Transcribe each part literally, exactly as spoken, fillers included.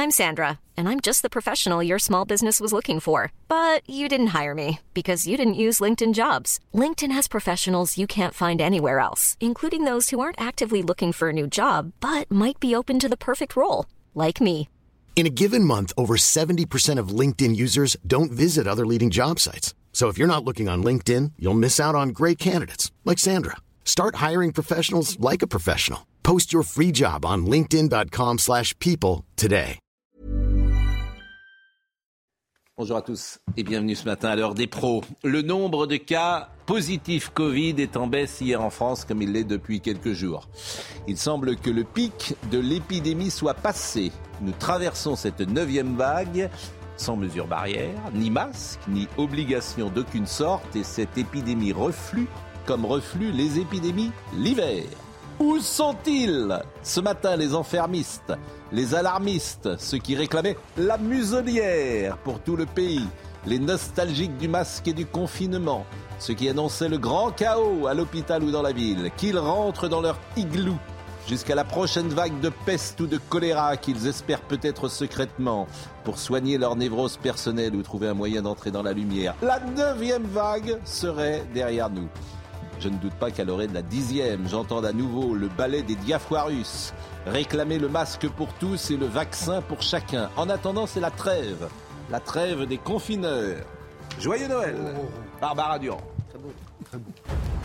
I'm Sandra, and I'm just the professional your small business was looking for. But you didn't hire me because you didn't use LinkedIn Jobs. LinkedIn has professionals you can't find anywhere else, including those who aren't actively looking for a new job, but might be open to the perfect role, like me. In a given month, over seventy percent of LinkedIn users don't visit other leading job sites. So if you're not looking on LinkedIn, you'll miss out on great candidates like Sandra. Start hiring professionals like a professional. Post your free job on linkedin.com slash people today. Bonjour à tous et bienvenue ce matin à l'heure des pros. Le nombre de cas positifs Covid est en baisse hier en France comme il l'est depuis quelques jours. Il semble que le pic de l'épidémie soit passé. Nous traversons cette neuvième vague sans mesures barrières, ni masque, ni obligation d'aucune sorte et cette épidémie reflue comme refluent les épidémies l'hiver. Où sont-ils ce matin les enfermistes, les alarmistes, ceux qui réclamaient la muselière pour tout le pays, les nostalgiques du masque et du confinement, ceux qui annonçaient le grand chaos à l'hôpital ou dans la ville, qu'ils rentrent dans leur igloo jusqu'à la prochaine vague de peste ou de choléra qu'ils espèrent peut-être secrètement pour soigner leur névrose personnelle ou trouver un moyen d'entrer dans la lumière. La neuvième vague serait derrière nous. Je ne doute pas qu'à l'oreille de la dixième, j'entende à nouveau le ballet des diafoirus, réclamer le masque pour tous et le vaccin pour chacun. En attendant, c'est la trêve, la trêve des confineurs. Joyeux Noël, Barbara Durand. Très beau, très beau.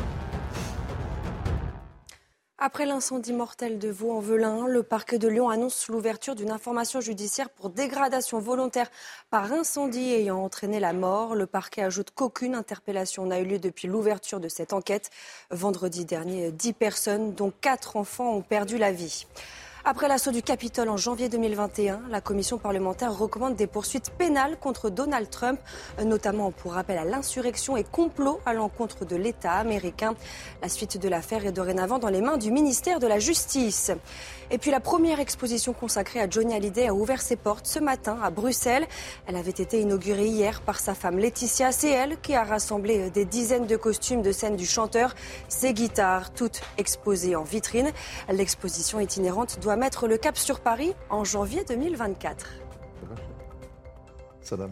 Après l'incendie mortel de Vaux-en-Velin, le parquet de Lyon annonce l'ouverture d'une information judiciaire pour dégradation volontaire par incendie ayant entraîné la mort. Le parquet ajoute qu'aucune interpellation n'a eu lieu depuis l'ouverture de cette enquête. Vendredi dernier, dix personnes, dont quatre enfants, ont perdu la vie. Après l'assaut du Capitole en janvier deux mille vingt et un, la commission parlementaire recommande des poursuites pénales contre Donald Trump, notamment pour appel à l'insurrection et complot à l'encontre de l'État américain. La suite de l'affaire est dorénavant dans les mains du ministère de la Justice. Et puis la première exposition consacrée à Johnny Hallyday a ouvert ses portes ce matin à Bruxelles. Elle avait été inaugurée hier par sa femme Laetitia. C'est elle qui a rassemblé des dizaines de costumes de scène du chanteur, ses guitares, toutes exposées en vitrine. L'exposition itinérante doit mettre le cap sur Paris en janvier deux mille vingt-quatre. Saddam.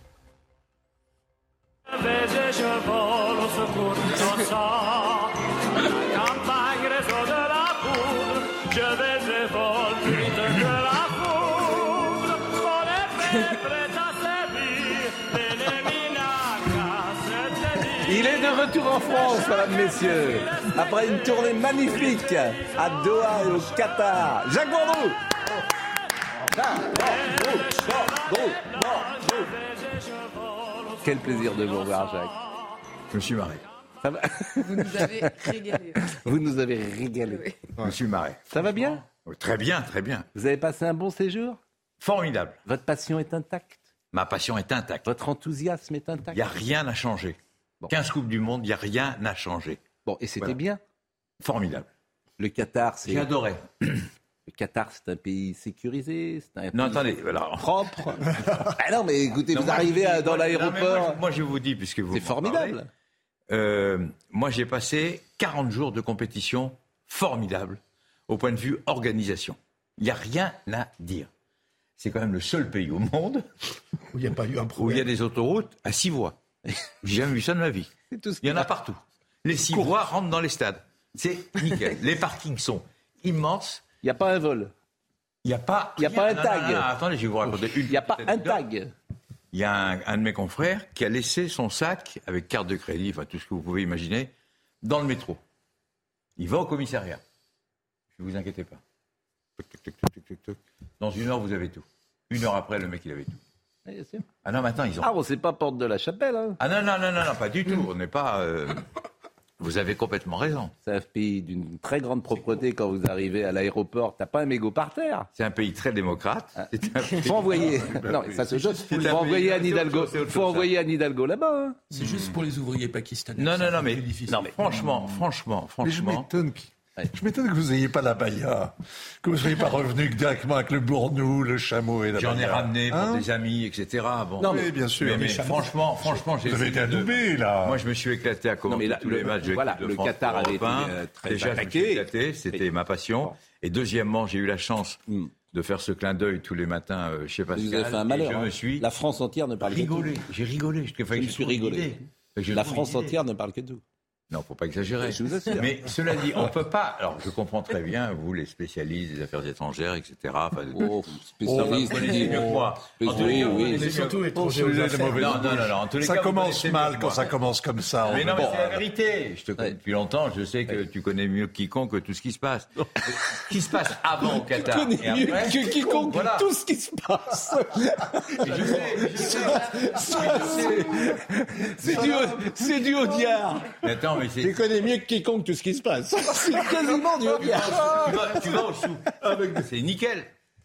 Il est de retour en France, mesdames, messieurs, après une tournée magnifique à Doha et au Qatar. Jacques Bourdou. Quel plaisir de vous revoir, Jacques. Je me suis marré. Ça va ? Vous nous avez régalé. Vous nous avez régalé. Oui. Je me suis marré. Ça va bien ? Oui, très bien, très bien. Vous avez passé un bon séjour ? Formidable. Votre passion est intacte ? Ma passion est intacte. Votre enthousiasme est intact ? Il n'y a rien à changer. Bon. quinze Coupes du Monde, il n'y a rien à changer. Bon, et c'était Voilà. bien ? Formidable. Le Qatar, c'est... J'ai adoré. Le Qatar, c'est un pays sécurisé, c'est un Non, pays attendez, alors... propre. Ah non, mais écoutez, Non, vous moi, arrivez je vous dis, à- dans moi, l'aéroport... non, mais Moi, je- moi, je vous dis, puisque vous C'est m'en formidable. parlez, euh, moi, j'ai passé quarante jours de compétition formidable au point de vue organisation. Il n'y a rien à dire. C'est quand même le seul pays au monde Où il n'y a pas eu un où il y problème. a des autoroutes à six voies. J'ai jamais vu ça de ma vie. C'est tout ce Il y en qu'il a partout. Les six voies rentrent dans les stades. C'est nickel. Les parkings sont immenses. Il n'y a pas un vol. Il n'y a pas. Il y a pas un Non, tag. non, non, non, attendez, je vais vous raconter une. Il n'y a pas petite un anecdote. tag. Il y a un, un de mes confrères qui a laissé son sac avec carte de crédit, enfin tout ce que vous pouvez imaginer, dans le métro. Il va au commissariat. Ne vous inquiétez pas. Toc, toc, toc, toc, toc, toc. Dans une heure, vous avez tout. Une heure après, le mec, il avait tout. Oui, bien sûr. Ah non, maintenant, ils ont. Ah, on ne sait pas porte de la chapelle. Hein. Ah non, non, non, non, non, pas du tout. On n'est pas. euh, Vous avez complètement raison. C'est un pays d'une très grande propreté. Quand vous arrivez à l'aéroport, t'as pas un mégot par terre. C'est un pays très démocrate. C'est un pays- Faut envoyer. Non, ça se jette. C'est Faut un envoyer pays- Anne Hidalgo. c'est autre chose, Faut ça. envoyer Anne Hidalgo là-bas. Hein. C'est juste pour les ouvriers pakistanais. Non, C'est non, un non, peu mais, plus difficile. non, mais franchement, franchement, Mais je franchement. m'étonne, qu'- Ouais. je m'étonne que vous n'ayez pas la baya, que vous ne soyez pas revenu directement avec le bournou, le chameau et la J'en ai baya. ramené pour Hein des amis, et cetera. Bon. Non, Oui, bien sûr. mais, mais Les chameaux. franchement, franchement, j'ai Vous avez été essayé de- adoubé, là. Moi, je me suis éclaté à Non, commenter mais là, tous le- les matchs de voilà, l'équipe de le France Qatar avait européen. été, euh, très Déjà, je me attaqué. suis éclaté, c'était Et- ma passion. Bon. Et deuxièmement, j'ai eu la chance Mm. de faire ce clin d'œil tous les matins euh, chez Pascal. Vous avez fait un malheur. Je hein. me suis La France entière ne parle rigolé. que de tout. J'ai rigolé. Je, Je me suis rigolé. La France entière ne parle que de tout. Non, faut pas exagérer. Je vous assure. Mais cela dit, on peut pas. Alors, je comprends très bien, vous, les spécialistes des affaires étrangères, et cetera. Enfin, Oh, spécialiste. vous connaissez mieux que moi. En tous les Oui, cas, vous oui. connaissez Mais surtout mieux- étranger Oh, aux je- affaires. Non, non, non, non. En tous les Ça cas, vous commence connaissez mieux mal que quand moi. ça commence comme ça. Mais non, mais Bon. c'est la vérité. Je te connais depuis longtemps. Je sais que tu connais mieux que quiconque tout ce qui se passe. Ce qui se passe avant au Qatar. Je connais et mieux après, que quiconque voilà. tout ce qui se passe. Et je sais, je sais. Ça, c'est- C'est du, c'est du Audiard. Mais attends, mais c'est. Je connais mieux que quiconque tout ce qui se passe. C'est quasiment du Audiard. Tu vas, tu vas au sou. C'est nickel.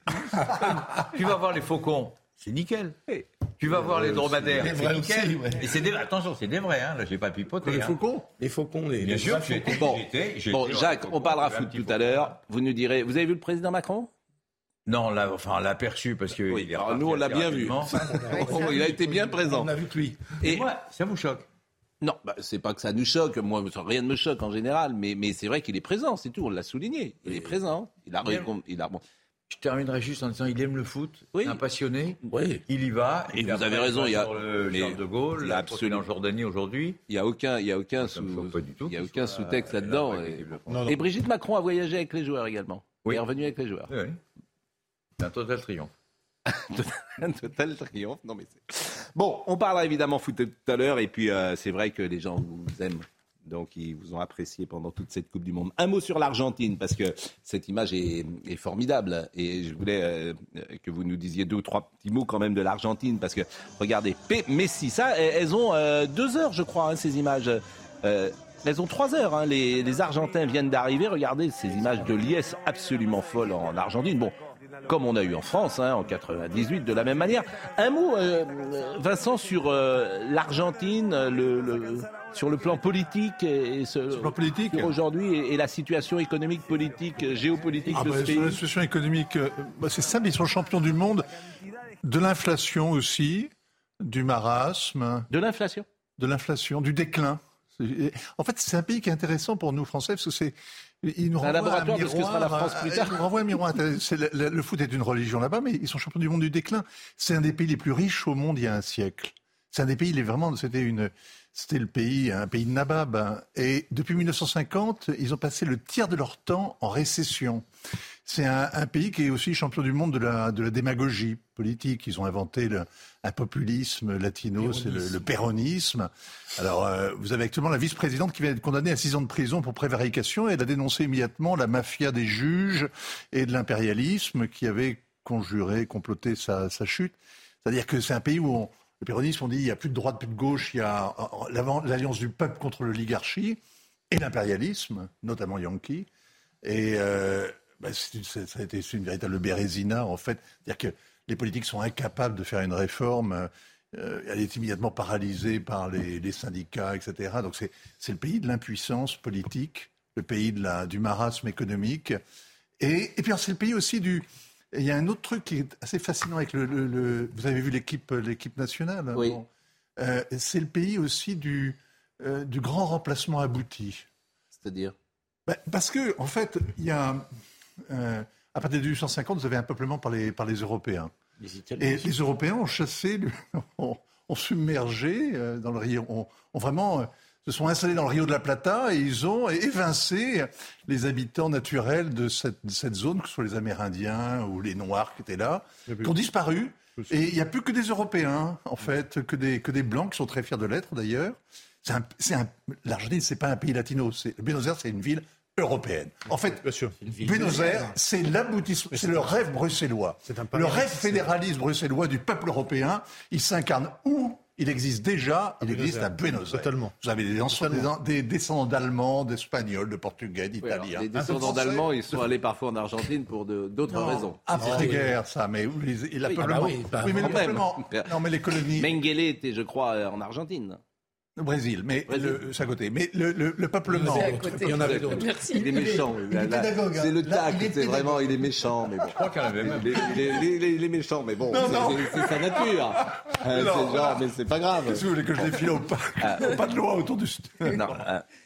Tu vas voir les faucons. C'est nickel. Tu vas voir les dromadaires. C'est vrais nickel. aussi, ouais. Et c'est des... Attention, c'est des vrais. Hein. Là, j'ai pas pipoté. Les hein. faucons Les faucons, les, Bien les sûr, vrais j'ai faucons. été. Bon. j'ai été- j'ai Bon, été- Jacques, on parlera un foot petit tout faucon. à l'heure. Vous nous direz, vous avez vu le président Macron? Non, là, enfin, on l'a aperçu parce que. Oui, il est alors reparti nous, on l'a assez bien vu. rapidement. Il a été bien présent. On a vu que lui. Et Et moi, ça vous choque? non, bah, c'est pas que ça nous choque. Moi, rien ne me choque en général, mais, mais c'est vrai qu'il est présent, c'est tout. On l'a souligné. Il est présent. Il a, Bien. récom- il a bon. Je terminerai juste en disant il aime le foot, Oui. c'est un passionné, Oui. il y va. Et puis vous après, avez raison, va il y a- sur le mais Charles de Gaulle, il y il a a absolument- en Jordanie aujourd'hui. Il y a aucun, il y a aucun Ça me sous, choque pas du tout il y a qu'il aucun soit sous-texte là là-dedans. avec Et, l'équipe de France. Non, non. et Brigitte Macron a voyagé avec les joueurs également. Oui. Elle est revenue avec les joueurs. Oui, oui. C'est un total triomphe. Un total triomphe. Non, mais c'est... Bon, on parlera évidemment foot tout à l'heure. Et puis, euh, c'est vrai que les gens vous aiment. Donc, ils vous ont apprécié pendant toute cette Coupe du Monde. Un mot sur l'Argentine, parce que cette image est, est formidable. Et je voulais euh, que vous nous disiez deux ou trois petits mots quand même de l'Argentine. Parce que, regardez, P- Messi, ça, elles ont euh, deux heures, je crois, hein, ces images. Euh, elles ont trois heures. Hein. Les, les Argentins viennent d'arriver. Regardez ces images de liesse absolument folles en Argentine. Bon, comme on a eu en France, hein, en quatre-vingt-dix-huit, de la même manière. Un mot, euh, Vincent, sur euh, l'Argentine, le, le, sur le plan politique, et, et ce, Sur le plan politique sur aujourd'hui, et, et la situation économique, politique, géopolitique Ah de bah, ce pays. sur la situation économique, euh, bah, c'est simple, ils sont champions du monde, de l'inflation aussi, du marasme, De l'inflation. de l'inflation, du déclin. C'est- En fait, c'est un pays qui est intéressant pour nous Français parce que c'est il nous C'est un renvoie laboratoire un de ce que sera la France plus euh, tard. Il nous renvoie un miroir. C'est le, le- le foot est une religion là-bas, mais ils sont champions du monde du déclin. C'est un des pays les plus riches au monde il y a un siècle. C'est un des pays, il est vraiment, c'était une, c'était le pays, un pays de nabab. hein. Et depuis mille neuf cent cinquante, ils ont passé le tiers de leur temps en récession. C'est un, un pays qui est aussi champion du monde de la, de la démagogie politique. Ils ont inventé le, un populisme latino, c'est le, le péronisme. Alors, euh, vous avez actuellement la vice-présidente qui vient d'être condamnée à six ans de prison pour prévarication. Et elle a dénoncé immédiatement la mafia des juges et de l'impérialisme qui avait conjuré, comploté sa, sa chute. C'est-à-dire que c'est un pays où on, le péronisme, on dit il n'y a plus de droite, plus de gauche, il y a euh, l'alliance du peuple contre l'oligarchie et l'impérialisme, notamment Yankee. Et euh, bah, c'est, c'est, ça a été c'est une véritable bérésina, en fait. C'est-à-dire que les politiques sont incapables de faire une réforme. Euh, elle est immédiatement paralysée par les, les syndicats, et cetera. Donc c'est, c'est le pays de l'impuissance politique, le pays de la, du marasme économique. Et, et puis alors, c'est le pays aussi du... Il y a un autre truc qui est assez fascinant avec le... le, le vous avez vu l'équipe, l'équipe nationale hein, Oui. bon. euh, C'est le pays aussi du, euh, du grand remplacement abouti. C'est-à-dire Ben, parce que, en fait, il y a... Euh, à partir de mille huit cent cinquante, vous avez un peuplement par les, par les Européens. Les Italiens. Et les Européens ont chassé, ont, ont submergé euh, dans le Rio, ont, ont vraiment euh, se sont installés dans le Rio de la Plata et ils ont évincé les habitants naturels de cette, de cette zone, que ce soit les Amérindiens ou les Noirs qui étaient là, qui ont disparu. Et il n'y a plus que des Européens, en fait, que des, que des Blancs qui sont très fiers de l'être d'ailleurs. C'est un, c'est un, L'Argentine, c'est pas un pays latino. C'est, Buenos Aires, c'est une ville européenne. En fait, Buenos Aires, c'est l'aboutissement, c'est le rêve bruxellois. Le rêve fédéraliste bruxellois du peuple européen, il s'incarne où? Il existe déjà, il existe à Buenos Aires. Totalement. Vous avez des, des, des descendants d'Allemands, d'Espagnols, de Portugais, Oui, alors, d'Italiens. les descendants d'Allemands, ils sont allés parfois en Argentine pour de, d'autres Non, raisons. Après-guerre, ça, mais les, et la Oui, peuplement. ah bah oui, bah, oui, mais le quand même. peuplement. Non, mais les colonies. Mengele était, je crois, en Argentine. Au Brésil, mais Brésil. le- c'est à côté. Mais le, le, le peuplement. C'est à côté. Il y en avait d'autres. Merci. Il est méchant. il est Là, pédagogue, hein. C'est le Là, tact, il est c'est pédagogue. vraiment, il est méchant. Mais bon. Je crois qu'il y en avait même. Il est, il est- il est- il est méchant, mais bon, Non, c'est, non. c'est- c'est sa nature. Euh, Non, c'est genre, mais c'est pas grave. Qu'est-ce que vous voulez que je défile au pas, au pas de loi autour du. Non, euh,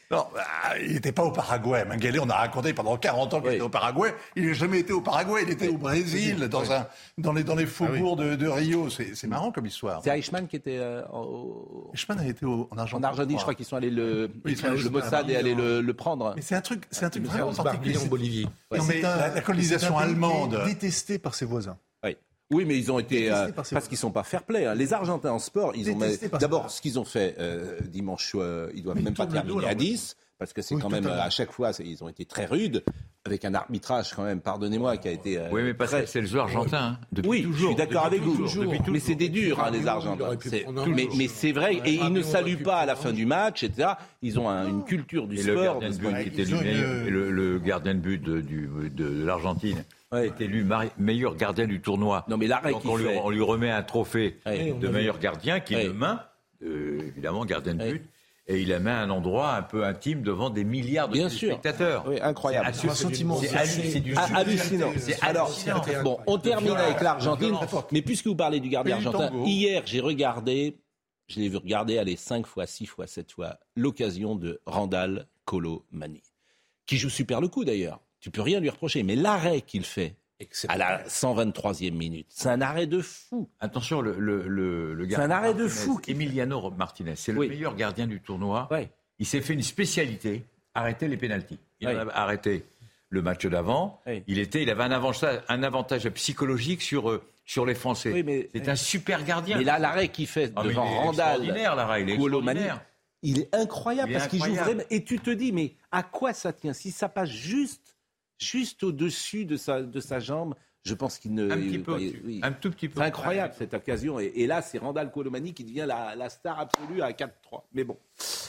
Non, bah, il n'était pas au Paraguay. Mengele, on a raconté pendant quarante ans qu'il oui. était au Paraguay. Il n'a jamais été au Paraguay. Il était oui. au Brésil, oui. dans, un, dans, les, dans les faubourgs ah, oui. de, de Rio. C'est, c'est marrant comme histoire. C'est Eichmann qui était euh, au... Eichmann a été au, en Argentine. En Argentine, je crois qu'ils sont allés le, oui, le Mossad est allé le, le prendre. Mais c'est un truc, c'est un truc vraiment particulier en Bolivie. Ouais. Non, mais un, la, la colonisation allemande, détestée par ses voisins. Oui. Oui, mais ils ont été euh, par parce qu'ils sont pas fair-play. Hein. Les Argentins en sport, ils Détesté ont d'abord ce qu'ils ont fait euh, dimanche, euh, ils doivent mais même pas terminer à dix. Parce que c'est oui, quand même, à chaque fois, ils ont été très rudes, avec un arbitrage quand même, pardonnez-moi, qui a été... Euh, oui, mais parce très... que c'est le jeu argentin, hein, depuis oui, toujours. Oui, je suis d'accord avec vous, toujours, mais c'est des durs, hein, les Argentins. C'est... Mais, mais c'est vrai, et ils ne saluent pas à la fin du match, et cetera. Ils ont un, une culture du et sport. Le gardien de but, qui était élu, le, le gardien de but de, du, de l'Argentine ouais. est élu mari- meilleur gardien du tournoi. Non, mais l'arrêt Donc qu'il on, fait... lui, on lui remet un trophée ouais. de meilleur gardien, qui est le main, euh, évidemment, gardien de but. Ouais. Et il la met à un endroit un peu intime devant des milliards de spectateurs. Oui, incroyable. C'est, c'est, c'est, c'est, c'est du hallucinant. C'est Alors, bon, on termine avec l'Argentine. Mais puisque vous parlez du gardien argentin, hier, j'ai regardé, je l'ai vu regarder, allez, cinq fois, six fois, sept fois, l'occasion de Randal Kolo Muani, qui joue super le coup d'ailleurs. Tu peux rien lui reprocher. Mais l'arrêt qu'il fait à la cent vingt-troisième minute, c'est un arrêt de fou. Attention, le, le, le, le gardien. C'est un arrêt de fou. Qui... Emiliano Martinez, c'est le oui. meilleur gardien du tournoi. Oui. Il s'est fait une spécialité, arrêter les pénaltys. Il oui. a arrêté le match d'avant. Oui. Il, était, il avait un avantage, un avantage psychologique sur, euh, sur les Français. Oui, mais, c'est un super gardien. Mais là, l'arrêt qu'il fait oh, devant Randal, l'arrêt, il est extraordinaire. Il est incroyable il est parce incroyable. qu'il joue vraiment. Et tu te dis, mais à quoi ça tient ? Si ça passe juste, juste au-dessus de sa, de sa jambe, je pense qu'il ne... Un petit peu, oui. un tout petit peu. C'est incroyable cette occasion. Et, et là, c'est Randal Kolo Muani qui devient la, la star absolue à quatre trois. Mais bon.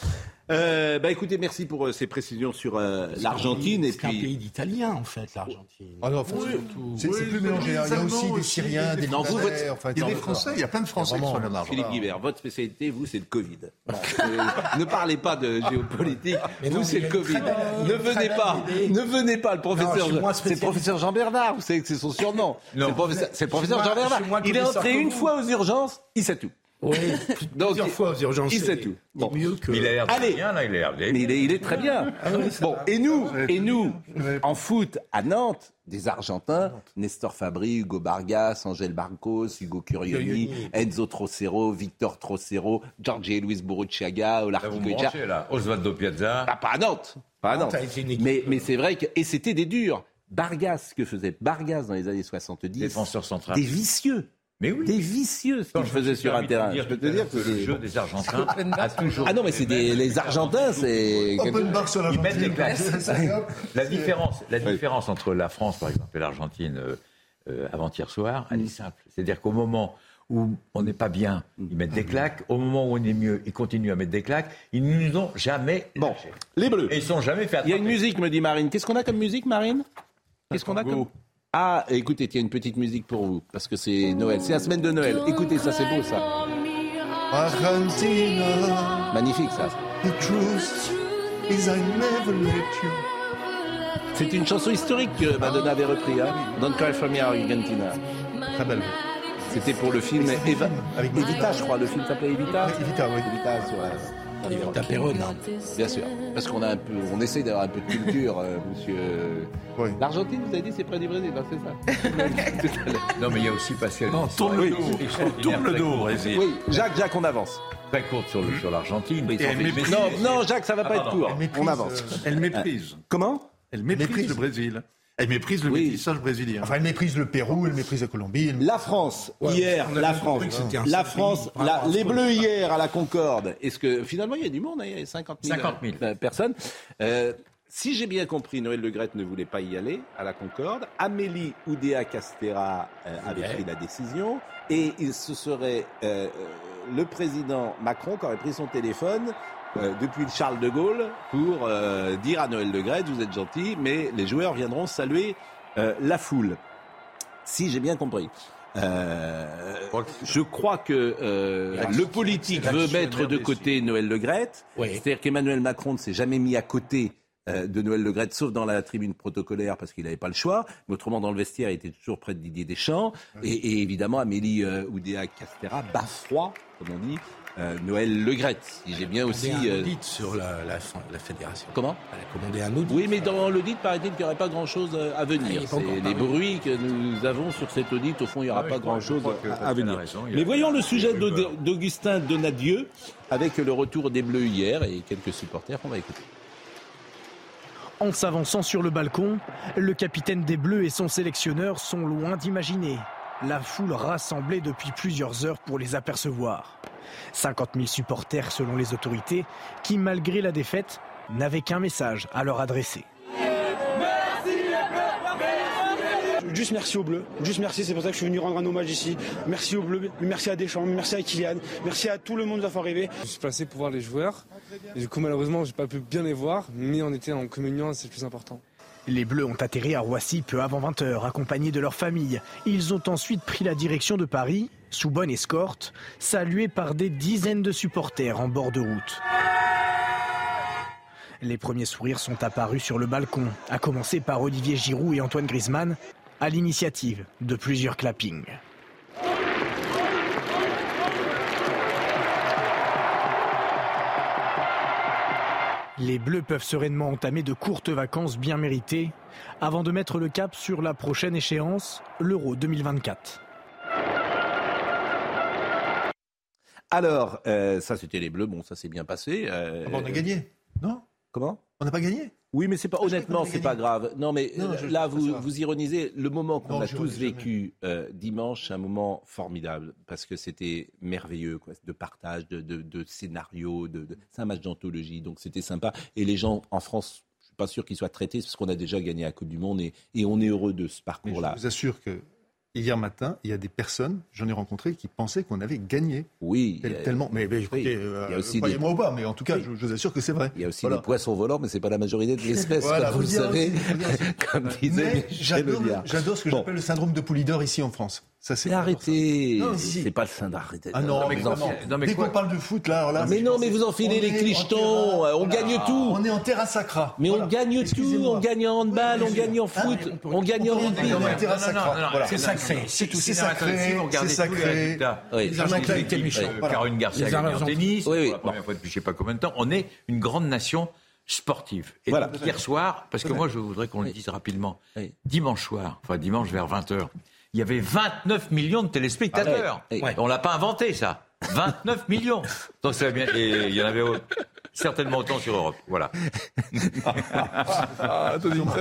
Euh, bah écoutez, merci pour euh, ces précisions sur euh, l'Argentine. C'est et puis... un pays d'Italiens, en fait, l'Argentine. Ah non, oui, c'est, oui, c'est plus mélangé. Il y a aussi des Syriens, des non, Français. Vous, votre... Enfin, il y a des Français, il y a plein de Français qui sont là dans Philippe Guibert, votre spécialité, vous, c'est le Covid. Bon, euh, ne parlez pas de géopolitique. Mais vous, non, c'est le Covid. Très, ne venez pas, ne venez pas, le professeur. Non, c'est le professeur Jean Bernard, vous savez que c'est son surnom. Non. C'est le professeur, c'est le professeur Jean Bernard. Il est entré une fois aux urgences, il sait tout. Oui, plusieurs fois aux urgences. Il sait tout. Bon. Mieux que... Il a l'air très bien, là, il a l'air bien. Mais il est, il est très bien. Ah oui, bon, et nous, et nous, en foot, à Nantes, des Argentins, Nestor Fabri, Hugo Bargas, Angel Barcos, Hugo Curioni, Enzo Trocero, Victor Trocero, Jorge Luis Burruchaga, Olartigoja. Osvaldo Piazza. Ah, pas à Nantes. Pas à Nantes. Mais, mais c'est vrai que, et c'était des durs. Bargas, que faisait Bargas dans les années soixante-dix. Défenseur central. Des vicieux. Mais oui. Des vicieux, ce qu'ils faisaient sur un terrain. Je peux te dire que le jeu des Argentins a toujours... Ah non, mais c'est des, les Argentins, c'est... Open bar sur l'Argentine. Ils mettent les classes. La différence, la différence entre la France, par exemple, et l'Argentine, euh, euh, avant-hier soir, elle est simple. C'est-à-dire qu'au moment où on n'est pas bien, ils mettent des claques. Au moment où on est mieux, ils continuent à mettre des claques. Ils ne nous ont jamais bon, lâchés. Les Bleus. Et ils ne sont jamais fait attraper. Il y a une musique, me dit Marine. Qu'est-ce qu'on a comme musique, Marine ? Qu'est-ce qu'on a comme... Ah, écoutez, il y a une petite musique pour vous, parce que c'est Noël. C'est la semaine de Noël. Écoutez, ça, c'est beau, ça. Argentina. Magnifique, ça. The truth is I never let you. C'est une chanson historique que Madonna avait repris, hein. Don't Cry For Me, Argentina. Très belle. C'était pour le film Eva... avec Evita, je crois. Le film s'appelait Evita. Evita, oui. Evita sur... Evita Perron. Bien sûr. Parce qu'on a un peu, on essaye d'avoir un peu de culture, euh, monsieur. Oui. L'Argentine, vous avez dit, c'est près du Brésil, hein, c'est ça. Non, mais il y a aussi Pascal. Non, tourne le dos. Tourne le dos au Brésil. Oui, Jacques, Jacques, on avance. Très courte sur, le, sur l'Argentine. Oui, non, non, Jacques, ça va ah, pas pardon. être court. Méprise, on avance. Euh, elle méprise. Comment ? Elle méprise, méprise le Brésil. Elle méprise le oui. métissage brésilien. Enfin, elle méprise le Pérou, elle méprise la Colombie. Elle... La France, ouais, hier, la France, la France, la, les Bleus hier à la Concorde. Est-ce que finalement il y a du monde, hein, il y a cinquante mille personnes. Euh, si j'ai bien compris, Noël Le Graët ne voulait pas y aller à la Concorde. Amélie Oudéa-Castéra euh, avait pris la décision et il se serait euh, le président Macron qui aurait pris son téléphone. Euh, depuis le Charles de Gaulle pour euh, dire à Noël Le Graët, vous êtes gentil, mais les joueurs viendront saluer euh, la foule. Si j'ai bien compris. Euh, je crois que euh, le politique veut mettre de côté Noël Le Graët. Oui. C'est-à-dire qu'Emmanuel Macron ne s'est jamais mis à côté euh, de Noël Le Graët, sauf dans la tribune protocolaire parce qu'il n'avait pas le choix. Mais autrement, dans le vestiaire, il était toujours près de Didier Deschamps. Oui. Et, et évidemment, Amélie euh, Oudéa-Castéra bat froid, comme on dit, euh, Noël Le Graët. Si j'ai bien aussi. Elle a euh... commandé un audit sur la, la, la fédération. Comment ? Elle a commandé un audit. Oui, mais dans l'audit, paraît-il qu'il n'y aurait pas grand-chose à venir. Ah, c'est les bruits que nous avons sur cet audit. Au fond, il n'y aura ah, pas grand-chose à, à venir. Raison, mais voyons le sujet d'Augustin Donadieu avec le retour des Bleus hier et quelques supporters qu'on va écouter. En s'avançant sur le balcon, le capitaine des Bleus et son sélectionneur sont loin d'imaginer la foule rassemblée depuis plusieurs heures pour les apercevoir. cinquante mille supporters selon les autorités qui, malgré la défaite, n'avaient qu'un message à leur adresser. Juste merci aux Bleus, juste merci, c'est pour ça que je suis venu rendre un hommage ici. Merci aux Bleus, merci à Deschamps, merci à Kylian, merci à tout le monde d'avoir arrivé. Je suis passé pour voir les joueurs, et du coup malheureusement j'ai pas pu bien les voir, mais on était en communion, c'est le plus important. Les Bleus ont atterri à Roissy peu avant vingt heures, accompagnés de leur famille. Ils ont ensuite pris la direction de Paris, sous bonne escorte, salués par des dizaines de supporters en bord de route. Les premiers sourires sont apparus sur le balcon, à commencer par Olivier Giroud et Antoine Griezmann, à l'initiative de plusieurs clappings. Les Bleus peuvent sereinement entamer de courtes vacances bien méritées avant de mettre le cap sur la prochaine échéance, l'Euro deux mille vingt-quatre. Alors, euh, ça c'était les Bleus, bon ça s'est bien passé. Euh, ah bon, on a gagné, non ? Comment ? On n'a pas gagné ? Oui, mais c'est pas, ah, honnêtement, c'est pas grave. Non, mais non, je, là, vous, vous ironisez. Le moment qu'on non, a tous vécu euh, dimanche, c'est un moment formidable parce que c'était merveilleux, quoi, de partage, de, de, de scénario, de, de, c'est un match d'anthologie, donc c'était sympa. Et les gens en France, je suis pas sûr qu'ils soient traités parce qu'on a déjà gagné la Coupe du Monde et, et on est heureux de ce parcours-là. Mais je vous assure que hier matin, il y a des personnes, j'en ai rencontré, qui pensaient qu'on avait gagné. Oui. Tel, euh, tellement. Mais, mais écoutez, oui, euh, il y a aussi croyez-moi des... ou pas, mais en tout cas, oui. je, je vous assure que c'est vrai. Il y a aussi voilà. des poissons volants, mais c'est pas la majorité de l'espèce, voilà, comme vous, vous le savez. Aussi, comme disait j'adore, j'adore ce que bon. j'appelle le syndrome de Poulidor ici en France. Ça, c'est arrêtez. Non, si. C'est pas le syndrome. Ah non, mais non, non, mais dès qu'on parle de foot, là, alors là. Mais non, mais vous enfilez les clichetons. On gagne tout. On est en terra sacra. Mais on gagne tout. On gagne en handball, on gagne en foot, on gagne en rugby. On est en terra sacra. C'est sacré. C'est tout. C'est sacré. C'est sacré. Caroline Garcia a gagné en tennis. Pour la première fois depuis je ne sais pas combien de temps. On est une grande nation sportive. Et donc, hier soir, parce que moi, je voudrais qu'on le dise rapidement. Dimanche soir, enfin dimanche vers vingt heures. Il y avait vingt-neuf millions de téléspectateurs. Ah, ouais. On l'a pas inventé, ça. vingt-neuf millions. Donc ça va bien. Et il y en avait certainement autant sur Europe. Voilà. Ah,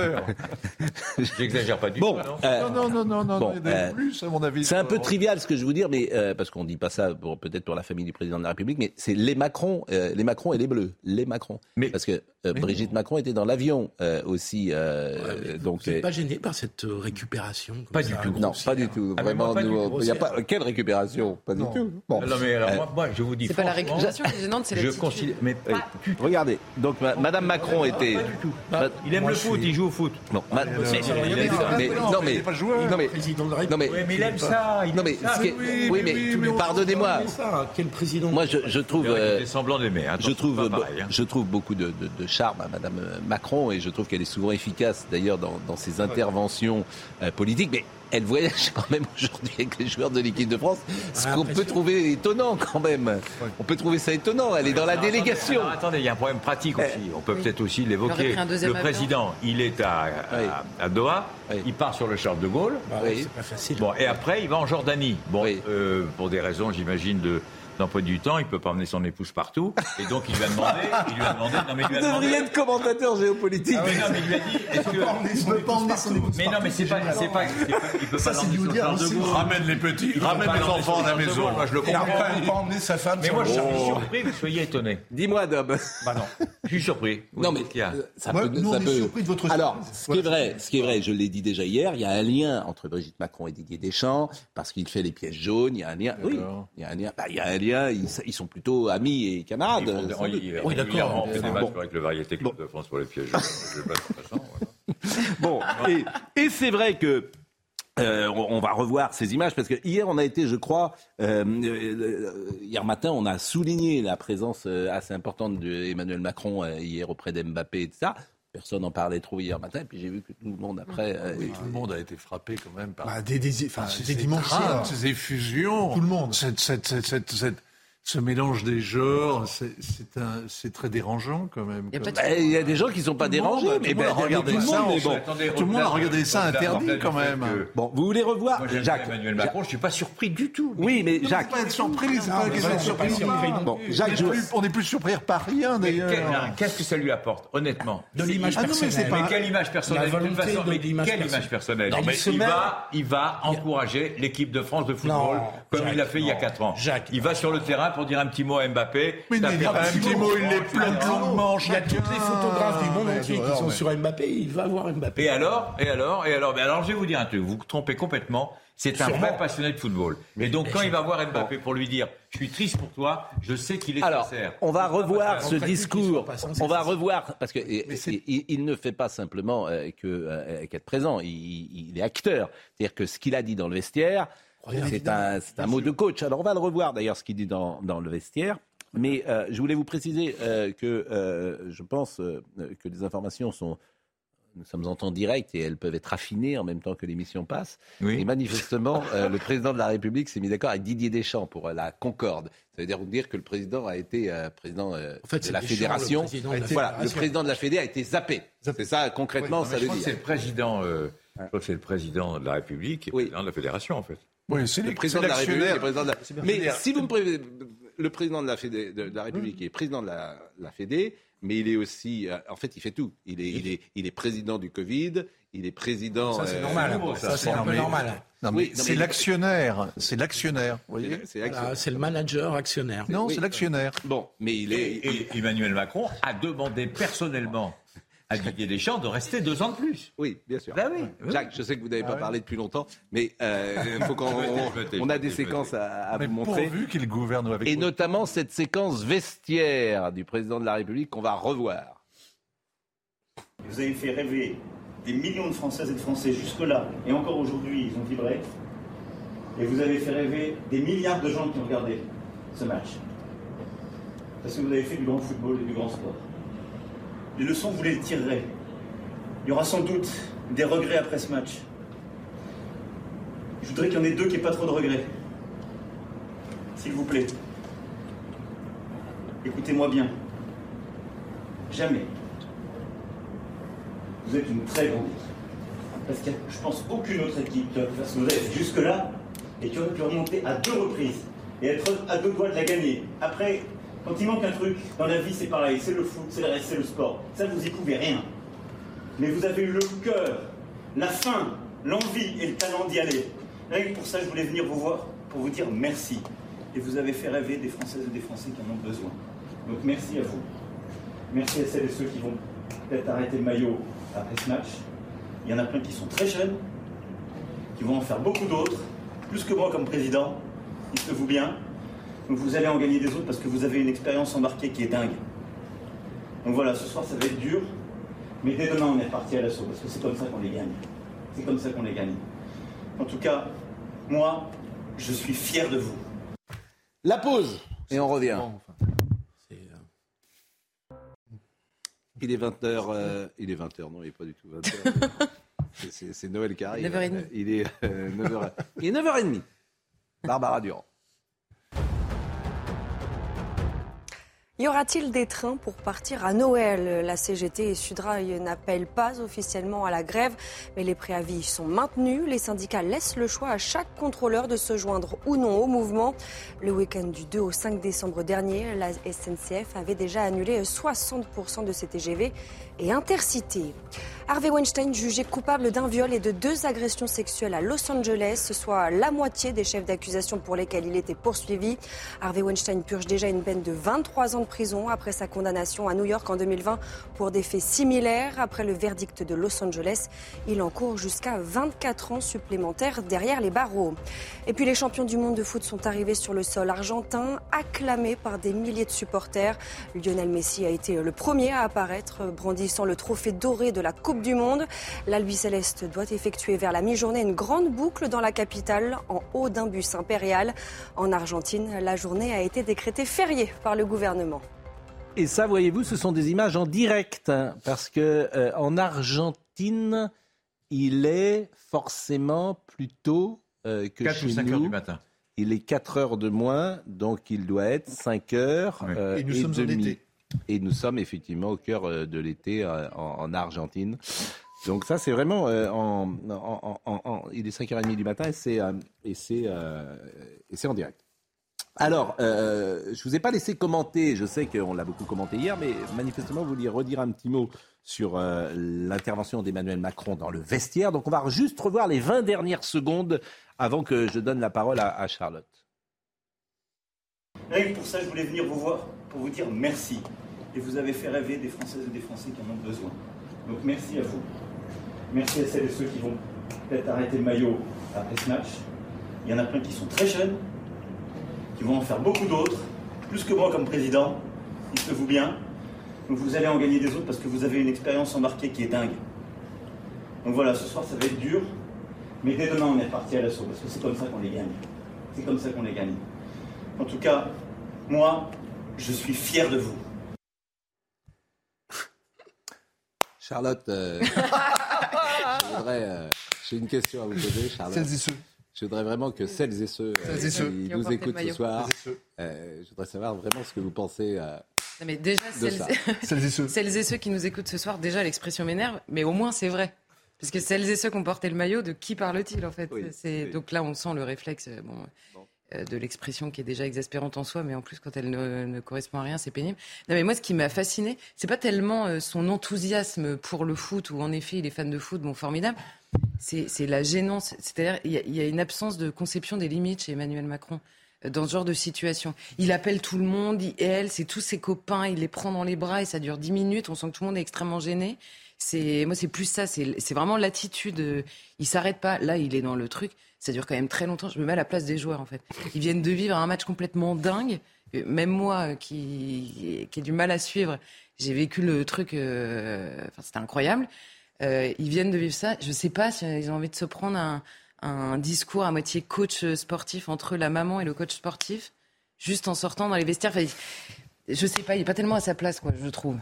j'exagère pas du bon, tout. Euh, non, non, non, non, bon, non. Euh, plus, à mon avis. C'est un peu trivial ce que je veux dire, mais euh, parce qu'on dit pas ça pour, peut-être pour la famille du président de la République, mais c'est les Macron, euh, les Macron et les Bleus, les Macron. Mais, parce que euh, Brigitte Macron était dans l'avion euh, aussi. Euh, ouais, donc. Vous n'êtes pas gêné par cette récupération comme Pas ça, du tout. Non, pas du tout. Ah, Vraiment, pas nous, il y a pas quelle récupération, pas non. du tout. Bon. Non, mais alors, euh, moi, moi, je vous dis. C'est pas la récupération qui est gênante, c'est l'attitude. Je considère, mais pas du tout. Regardez, donc ma, Madame Macron était. Pas du tout. Ma, il aime le foot, il joue au foot. Non, ma, mais, mais, mais, non mais, non mais, non mais, oui, mais il aime ça. Il non mais, ça, ce qui, oui, oui, mais, mais, mais pardonnez-moi. Quel président? Moi, je, je trouve, euh, semblant d'aimer. Hein, je trouve, pareil, hein. je trouve beaucoup de, de, de charme à Madame Macron et je trouve qu'elle est souvent efficace d'ailleurs dans, dans ses interventions euh, politiques. Mais elle voyage quand même aujourd'hui avec les joueurs de l'équipe de France, ce qu'on peut trouver étonnant quand même. On peut trouver ça étonnant. Elle est dans la alors, délégation. Alors, attendez, il y a un problème pratique aussi. On peut peut-être aussi l'évoquer. Le président, il est à, oui. à, à Doha. Oui. Il part sur le Charles de Gaulle. Bah, oui. C'est pas facile. Bon, et après, il va en Jordanie. Bon, oui. euh, pour des raisons, j'imagine, de d'emploi du temps, il peut pas emmener son épouse partout, et donc il lui a demandé, il lui a demandé, non mais il lui a Vous devriez demandé, être commentateur géopolitique. Ah, mais non, mais il lui a dit, est-ce que, il peut pas emmener son épouse mais non, mais c'est pas, c'est pas, c'est pas, il peut ça, pas l'emmener sur le Charles de Gaulle. Ramène les petits, ramène les enfants à la maison. Moi, je le comprends. Il peut pas emmener sa femme. Mais moi, je suis surpris que vous soyez étonné. Dis-moi, Dob. Bah non, je suis surpris. Non mais ça peut, ça peut. Alors, ce qui est vrai, ce qui est vrai, je l'ai dit déjà hier, il y a un lien entre Brigitte Macron et Didier Deschamps parce qu'il fait les pièces jaunes. Il y a un lien. Oui, il y a un lien. Il y a un lien. Ils sont plutôt amis et camarades. Ils font, ils, oui, d'accord. On fait des matchs avec le Variété Club de France pour les pièges. Je passe de toute façon. Bon, et, et c'est vrai que euh, on va revoir ces images parce que hier on a été, je crois, euh, euh, hier matin on a souligné la présence assez importante d'Emmanuel Macron euh, hier auprès d'Mbappé et tout ça. Personne n'en parlait trop hier matin, puis j'ai vu que tout le monde après... Euh, oui, tout le monde a été frappé quand même par... Bah, des, des, enfin, ces des dimensions. Ces effusions. Tout le monde. Cette, cette, cette, cette, cette, ce mélange des genres, c'est, c'est, un, c'est très dérangeant quand même. Il y a, bah, y a des gens qui ne sont pas tout dérangés. Monde, mais tout le monde a regardé ça, mais bon, attendez, tout le monde a regardé ça interdit quand même. Que... Bon, vous voulez revoir Moi, j'aime Jacques Emmanuel Macron, je ne suis pas surpris du tout. Oui, mais non, Jacques... C'est pas être surpris, c'est pas une question de surprise. Bon, Jacques, on n'est plus surpris par rien d'ailleurs. Qu'est-ce que ça lui apporte, honnêtement? De l'image personnelle. Mais quelle image personnelle? La volonté de l'image Quelle image personnelle? Il va encourager l'équipe de France de football comme il l'a fait il y a quatre ans. Il va sur le terrain pour dire un petit mot à Mbappé. Mais il dit pas un petit mot, il les plante longuement. Il y a toutes les photographes du monde entier qui sont sur Mbappé, il va voir Mbappé. Et alors, et alors, et alors, mais alors, je vais vous dire un truc, vous vous trompez complètement. C'est un Sûrement. vrai passionné de football. Et donc, quand il va voir Mbappé pour lui dire « Je suis triste pour toi, je sais qu'il est Alors, sincère ». on va revoir ce discours. On va revoir, parce qu'il il, il ne fait pas simplement euh, que, euh, qu'être présent, il, il est acteur. C'est-à-dire que ce qu'il a dit dans le vestiaire, c'est un, c'est un mot de coach. Alors, on va le revoir d'ailleurs, ce qu'il dit dans, dans le vestiaire. Mais euh, je voulais vous préciser euh, que euh, je pense euh, que les informations sont... Nous sommes en temps direct et elles peuvent être affinées en même temps que l'émission passe. Oui. Et manifestement, euh, le président de la République s'est mis d'accord avec Didier Deschamps pour euh, la Concorde. Ça veut dire, dire que le président a été euh, président euh, en fait, de la Deschamps, fédération. Le de la voilà, fédération. Le président de la Fédé a été zappé. zappé. C'est ça, concrètement, oui, ça veut dire. C'est le président, euh, je crois que c'est le président de la République et le oui. président de la Fédération, en fait. Oui, c'est le président de la République et le président de la... Mais si vous me prévenez, le président de la, Fédé, de la République mmh. est président de la, la Fédé, mais il est aussi, en fait, il fait tout. Il est, il est, il est président du Covid, il est président. Ça c'est euh, normal. Ça, ça c'est un peu normal. Non, mais oui, c'est non, mais l'actionnaire. C'est l'actionnaire. Vous voyez c'est, voilà, c'est le manager actionnaire. Non, oui. c'est l'actionnaire. Bon, mais il est. Et, et Emmanuel Macron a demandé personnellement à Didier Deschamps de rester deux ans de plus. Oui, bien sûr. Ben oui. Jacques, je sais que vous n'avez pas ah parlé depuis longtemps, mais euh, faut qu'on, on, on a des séquences à, à vous montrer. Pourvu qu'il gouverne avec Et vous. Notamment cette séquence vestiaire du président de la République qu'on va revoir. Vous avez fait rêver des millions de Françaises et de Français jusque-là, et encore aujourd'hui, ils ont vibré. Et vous avez fait rêver des milliards de gens qui ont regardé ce match. Parce que vous avez fait du grand football et du grand sport. Les leçons, vous les tirerez. Il y aura sans doute des regrets après ce match. Je voudrais qu'il y en ait deux qui n'aient pas trop de regrets. S'il vous plaît. Écoutez-moi bien. Jamais. Vous êtes une très grande équipe. Parce qu'il y a, je pense, aucune autre équipe qui a pu faire ce que vous avez fait jusque-là et qui aurait pu remonter à deux reprises et être à deux doigts de la gagner. Après, quand il manque un truc, dans la vie c'est pareil, c'est le foot, c'est le reste, c'est le sport. Ça, vous y pouvez rien. Mais vous avez eu le cœur, la faim, l'envie et le talent d'y aller. Rien que pour ça, je voulais venir vous voir pour vous dire merci. Et vous avez fait rêver des Françaises et des Français qui en ont besoin. Donc merci à vous. Merci à celles et ceux qui vont peut-être arrêter le maillot après ce match. Il y en a plein qui sont très jeunes, qui vont en faire beaucoup d'autres, plus que moi comme président, dites-le-vous bien. Donc vous allez en gagner des autres parce que vous avez une expérience embarquée qui est dingue. Donc voilà, ce soir ça va être dur, mais dès demain on est parti à l'assaut, parce que c'est comme ça qu'on les gagne. C'est comme ça qu'on les gagne. En tout cas, moi, je suis fier de vous. La pause, et on revient. Il est vingt heures, euh, il est vingt heures, non, il n'est pas du tout vingt heures. c'est, c'est, c'est Noël qui arrive. neuf heures trente. Il est, euh, neuf heures, il est neuf heures trente. Barbara Durand. Y aura-t-il des trains pour partir à Noël ? La C G T et Sudrail n'appellent pas officiellement à la grève, mais les préavis sont maintenus. Les syndicats laissent le choix à chaque contrôleur de se joindre ou non au mouvement. Le week-end du deux au cinq décembre dernier, la S N C F avait déjà annulé soixante pour cent de ses T G V et Intercités. Harvey Weinstein, jugé coupable d'un viol et de deux agressions sexuelles à Los Angeles, soit la moitié des chefs d'accusation pour lesquels il était poursuivi. Harvey Weinstein purge déjà une peine de vingt-trois ans de prison après sa condamnation à New York en deux mille vingt pour des faits similaires. Après le verdict de Los Angeles, il encourt jusqu'à vingt-quatre ans supplémentaires derrière les barreaux. Et puis les champions du monde de foot sont arrivés sur le sol argentin, acclamés par des milliers de supporters. Lionel Messi a été le premier à apparaître, brandissant le trophée doré de la Coupe du Monde. L'Albiceleste doit effectuer vers la mi-journée une grande boucle dans la capitale en haut d'un bus impérial. En Argentine, la journée a été décrétée fériée par le gouvernement. Et ça, voyez-vous, ce sont des images en direct, hein, parce que euh, en Argentine, il est forcément plus tôt euh, que quatre chez ou cinq nous. heures du matin. Il est quatre heures de moins, donc il doit être cinq heures Ouais. euh, et nous et sommes en demie. été. Et nous sommes effectivement au cœur euh, de l'été euh, en, en Argentine. Donc ça, c'est vraiment euh, en, en, en, en, il est cinq heures trente du matin et c'est, euh, et c'est, euh, et c'est en direct. Alors, euh, je ne vous ai pas laissé commenter, je sais qu'on l'a beaucoup commenté hier, mais manifestement, vous vouliez redire un petit mot sur euh, l'intervention d'Emmanuel Macron dans le vestiaire. Donc on va juste revoir les vingt dernières secondes avant que je donne la parole à, à Charlotte. Rien que pour ça, je voulais venir vous voir, pour vous dire merci. Et vous avez fait rêver des Françaises et des Français qui en ont besoin. Donc merci à vous. Merci à celles et ceux qui vont peut-être arrêter le maillot après ce match. Il y en a plein qui sont très jeunes, qui vont en faire beaucoup d'autres, plus que moi comme président, dites-le-vous bien. Donc vous allez en gagner des autres parce que vous avez une expérience embarquée qui est dingue. Donc voilà, ce soir ça va être dur, mais dès demain on est parti à l'assaut, parce que c'est comme ça qu'on les gagne. C'est comme ça qu'on les gagne. En tout cas, moi, je suis fier de vous. Charlotte, euh, je voudrais, euh, j'ai une question à vous poser, Charlotte. Celles et ceux. Je voudrais vraiment que celles et ceux, euh, celles et ceux qui, qui nous écoutent ce soir, euh, je voudrais savoir vraiment ce que vous pensez euh, non mais déjà, de celles, ça. Celles et ceux. celles et ceux qui nous écoutent ce soir, déjà l'expression m'énerve, mais au moins c'est vrai. Parce que celles et ceux qui ont porté le maillot, de qui parle-t-il en fait Oui, c'est... oui. Donc là on sent le réflexe bon, bon. Euh, de l'expression qui est déjà exaspérante en soi, mais en plus quand elle ne, ne correspond à rien, c'est pénible. Non mais moi ce qui m'a fasciné, c'est pas tellement euh, son enthousiasme pour le foot, où en effet il est fan de foot, bon formidable, c'est, c'est la gênance, c'est-à-dire il y, y a une absence de conception des limites chez Emmanuel Macron euh, dans ce genre de situation. Il appelle tout le monde, il, elle, c'est tous ses copains, il les prend dans les bras et ça dure dix minutes, on sent que tout le monde est extrêmement gêné. C'est, moi, c'est plus ça, c'est, c'est vraiment l'attitude. Euh, il s'arrête pas. Là, il est dans le truc. Ça dure quand même très longtemps. Je me mets à la place des joueurs, en fait. Ils viennent de vivre un match complètement dingue. Même moi, qui, qui ai du mal à suivre, j'ai vécu le truc. Euh, enfin, c'était incroyable. Euh, ils viennent de vivre ça. Je sais pas si ils ont envie de se prendre un, un discours à moitié coach sportif entre la maman et le coach sportif, juste en sortant dans les vestiaires. Enfin, je sais pas. Il est pas tellement à sa place, quoi. Je trouve.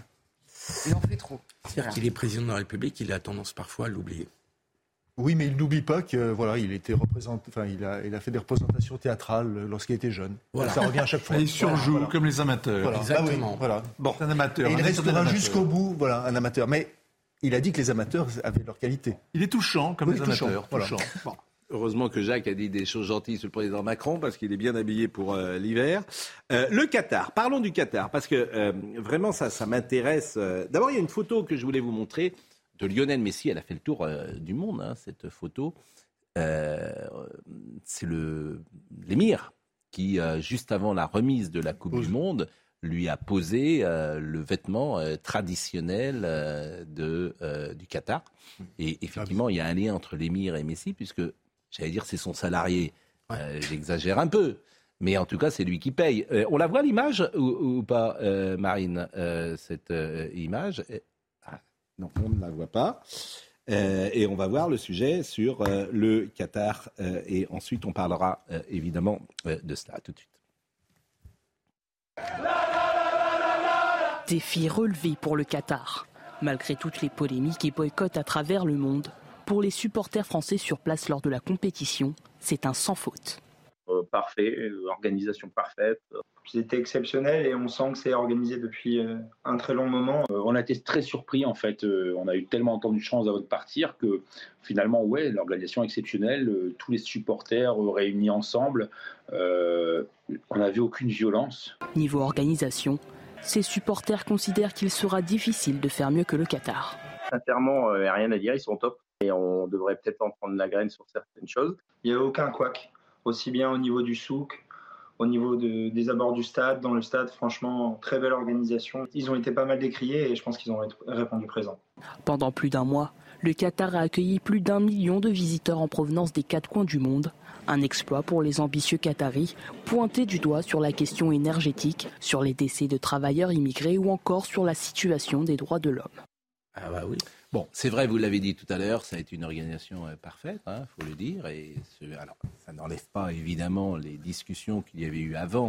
Il en fait trop. C'est-à-dire voilà. qu'il est président de la République, il a tendance parfois à l'oublier. Oui, mais il n'oublie pas que voilà, il était représentant, enfin, il a, il a fait des représentations théâtrales lorsqu'il était jeune. Voilà. Ça revient à chaque fois. Et il surjoue voilà, comme les amateurs. Voilà. Exactement. Ah oui, voilà. Bon, c'est un amateur. Et un il restera amateur. jusqu'au bout, voilà, un amateur. Mais il a dit que les amateurs avaient leur qualité. Il est touchant comme oui, les touchant, amateurs. voilà. Touchant. Bon. Heureusement que Jacques a dit des choses gentilles sur le président Macron parce qu'il est bien habillé pour euh, l'hiver. Euh, le Qatar, parlons du Qatar parce que euh, vraiment ça, ça m'intéresse. Euh, d'abord, il y a une photo que je voulais vous montrer de Lionel Messi. Elle a fait le tour euh, du monde, hein, cette photo. Euh, c'est le, l'émir qui, euh, juste avant la remise de la Coupe Pose. du Monde, lui a posé euh, le vêtement euh, traditionnel euh, de, euh, du Qatar. Et effectivement, il y a un lien entre l'émir et Messi, puisque, j'allais dire, c'est son salarié. Ouais. Euh, j'exagère un peu. Mais en tout cas, c'est lui qui paye. Euh, on la voit l'image ou, ou pas, euh, Marine, euh, cette euh, image ah, non, on ne la voit pas. Euh, et on va voir le sujet sur euh, le Qatar. Euh, et ensuite, on parlera euh, évidemment euh, de cela. À tout de suite. Défi relevé pour le Qatar. Malgré toutes les polémiques et boycotts à travers le monde, pour les supporters français sur place lors de la compétition, c'est un sans faute. Euh, parfait, euh, organisation parfaite. C'était exceptionnel et on sent que c'est organisé depuis euh, un très long moment. Euh, on a été très surpris en fait. Euh, on a eu tellement entendu de chance avant de partir que finalement, ouais, l'organisation exceptionnelle, euh, tous les supporters euh, réunis ensemble, euh, on n'a vu aucune violence. Niveau organisation, ces supporters considèrent qu'il sera difficile de faire mieux que le Qatar. Sincèrement, il n'y a rien à dire, ils sont top. Et on devrait peut-être en prendre la graine sur certaines choses. Il n'y a aucun couac, aussi bien au niveau du souk, au niveau de, des abords du stade, dans le stade, franchement, très belle organisation. Ils ont été pas mal décriés et je pense qu'ils ont répondu présent. Pendant plus d'un mois, le Qatar a accueilli plus d'un million de visiteurs en provenance des quatre coins du monde. Un exploit pour les ambitieux Qataris, pointés du doigt sur la question énergétique, sur les décès de travailleurs immigrés ou encore sur la situation des droits de l'homme. Ah bah oui. Bon, c'est vrai, vous l'avez dit tout à l'heure, ça a été une organisation euh, parfaite, il hein, faut le dire. Et ce, alors, ça n'enlève pas évidemment les discussions qu'il y avait eu avant,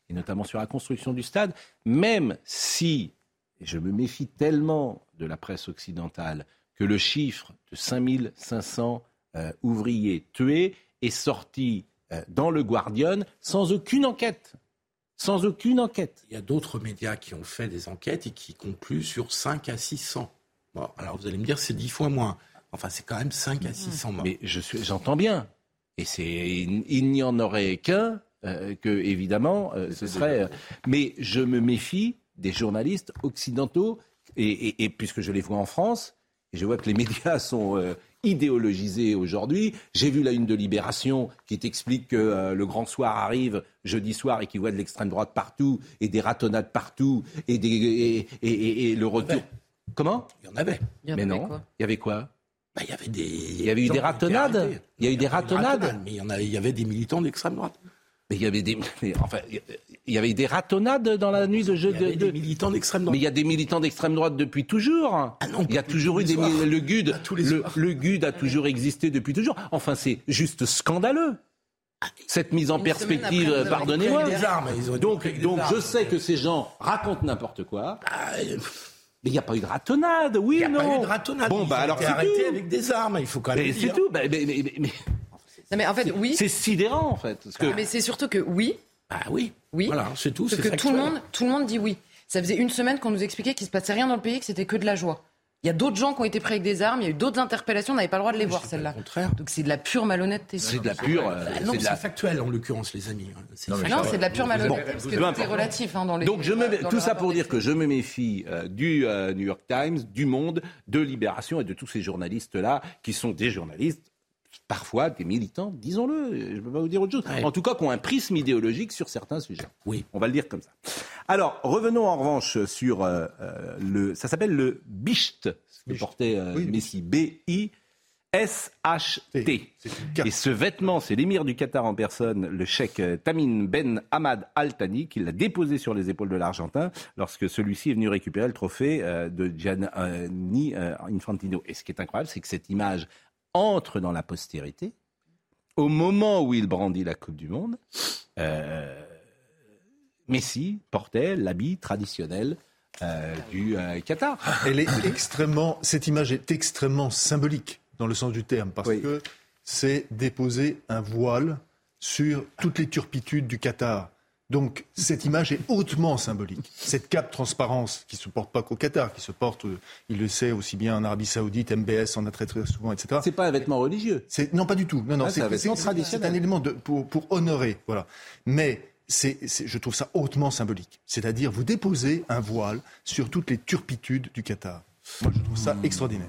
et notamment sur la construction du stade, même si, et je me méfie tellement de la presse occidentale, que le chiffre de cinq mille cinq cents euh, ouvriers tués est sorti euh, dans le Guardian sans aucune enquête. Sans aucune enquête. Il y a d'autres médias qui ont fait des enquêtes et qui concluent sur cinq à six cents. Bon, alors vous allez me dire, c'est dix fois moins. Enfin, c'est quand même cinq à six cents morts. Mais je suis, j'entends bien. Et c'est, il, il n'y en aurait qu'un, euh, que, évidemment, euh, ce serait... Euh, mais je me méfie des journalistes occidentaux, et, et, et puisque je les vois en France, et je vois que les médias sont euh, idéologisés aujourd'hui. J'ai vu la une de Libération qui t'explique que euh, le grand soir arrive jeudi soir et qui voit de l'extrême droite partout, et des ratonnades partout, et, des, et, et, et, et le retour... Comment ? Il y en avait. Il y en mais avait non, quoi il y avait quoi ? Bah, il y avait des. Il y avait eu des ratonnades. Il y a eu des ratonnades. Mais il y en a, il y avait des militants d'extrême droite. Mais il y avait des. Enfin, il y avait des ratonnades dans la nuit de jeu. Il y avait de, des militants d'extrême droite. Mais il y a des militants d'extrême droite depuis toujours. Ah non. Il y a toujours eu des. Soirs. Le G U D. Le, le G U D a ah toujours oui. existé depuis toujours. Enfin, c'est juste scandaleux. Cette mise en Une perspective, après, pardonnez-moi. Des armes, ils ont donc, donc armes. je sais que ces gens racontent n'importe quoi. Ah, mais il n'y a pas eu de ratonnade, oui, non. Il n'y a non. pas eu de ratonnade. Bon, ils bah ont alors été c'est arrêtés tout. avec des armes, il faut quand même mais le dire. C'est tout. Bah, mais, mais, mais, mais... Non, mais en fait, oui. C'est sidérant, en fait. Parce que... ah, mais c'est surtout que oui. Ah oui. Oui. Voilà, c'est tout. Parce c'est que tout le, monde, tout le monde dit oui. Ça faisait une semaine qu'on nous expliquait qu'il ne se passait rien dans le pays, que c'était que de la joie. Il y a d'autres gens qui ont été pris avec des armes, il y a eu d'autres interpellations, on n'avait pas le droit de les oui, voir, celles-là. Donc c'est de la pure malhonnêteté. C'est de la pure... Euh, non, c'est, de la... c'est factuel, en l'occurrence, les amis. C'est non, non c'est de la pure malhonnêteté, bon, parce que tout est relatif. Hein, dans les, Donc je me, dans tout ça pour dire que je me méfie euh, du euh, New York Times, du Monde, de Libération et de tous ces journalistes-là, qui sont des journalistes, parfois des militants, disons-le, je ne peux pas vous dire autre chose, ouais. En tout cas qui ont un prisme idéologique sur certains sujets. Oui. On va le dire comme ça. Alors, revenons en revanche sur euh, euh, le... Ça s'appelle le Bisht, que portait euh, oui. Messi, B I S H T. Et ce vêtement, c'est l'émir du Qatar en personne, le cheikh Tamim Ben Hamad Al Thani, qui l'a déposé sur les épaules de l'Argentin lorsque celui-ci est venu récupérer le trophée euh, de Gianni euh, Infantino. Et ce qui est incroyable, c'est que cette image entre dans la postérité au moment où il brandit la Coupe du Monde. Euh, Messi portait l'habit traditionnel euh, du euh, Qatar. Elle est extrêmement, cette image est extrêmement symbolique dans le sens du terme, parce oui. que c'est déposer un voile sur toutes les turpitudes du Qatar. Donc cette image est hautement symbolique. Cette cape transparence qui ne se porte pas qu'au Qatar, qui se porte, il le sait, aussi bien en Arabie Saoudite, M B S en a très très souvent, et cetera. C'est pas un vêtement religieux. C'est, non, pas du tout. Non, non, ah, c'est, c'est un vêtement c'est, traditionnel. C'est un élément de, pour, pour honorer, voilà. Mais c'est, c'est, je trouve ça hautement symbolique. C'est-à-dire, vous déposez un voile sur toutes les turpitudes du Qatar. Moi, je trouve ça mmh. extraordinaire.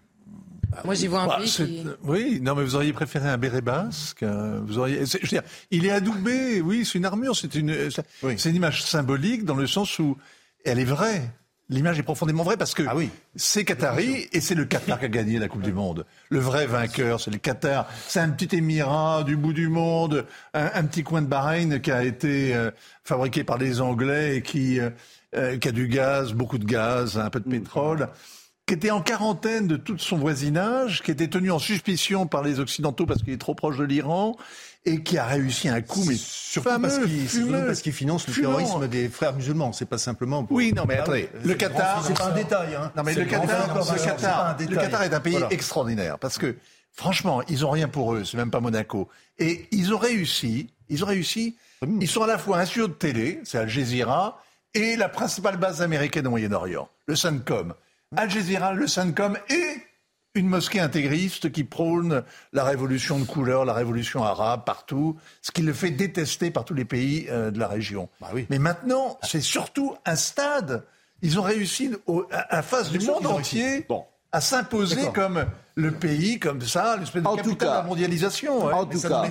Moi, j'y vois un bah, pays qui... Oui, non, mais vous auriez préféré un béret basque. Vous auriez... Je veux dire, il est adoubé, oui, c'est une armure, c'est une, oui. c'est une image symbolique dans le sens où elle est vraie. L'image est profondément vraie parce que ah oui. c'est Qatari et c'est le Qatar qui a gagné la Coupe du Monde. Le vrai vainqueur, c'est le Qatar. C'est un petit émirat du bout du monde, un, un petit coin de Bahreïn qui a été euh, fabriqué par les Anglais et qui, euh, qui a du gaz, beaucoup de gaz, un peu de pétrole. Qui était en quarantaine de tout son voisinage, qui était tenu en suspicion par les Occidentaux parce qu'il est trop proche de l'Iran, et qui a réussi un coup, mais surtout fameux, parce qu'il, fumeux, parce qu'il finance le fumant. terrorisme des frères musulmans. C'est pas simplement pour... Oui, non, mais attendez, ah, le Qatar... C'est pas un détail, hein. Non, mais c'est le Qatar, le Qatar, le le Qatar est un pays voilà. extraordinaire, parce que, franchement, ils ont rien pour eux, c'est même pas Monaco. Et ils ont réussi, ils ont réussi, ils sont à la fois un studio de télé, c'est Al Jazeera, et la principale base américaine au Moyen-Orient, le CENTCOM. Al Jazeera, le CENTCOM et une mosquée intégriste qui prône la révolution de couleur, la révolution arabe partout, ce qui le fait détester par tous les pays euh, de la région. Bah oui. Mais maintenant, c'est surtout un stade. Ils ont réussi au, à, à face du monde entier bon. à s'imposer D'accord. comme le pays, comme ça, l'espèce de en capitale de la mondialisation. En tout cas,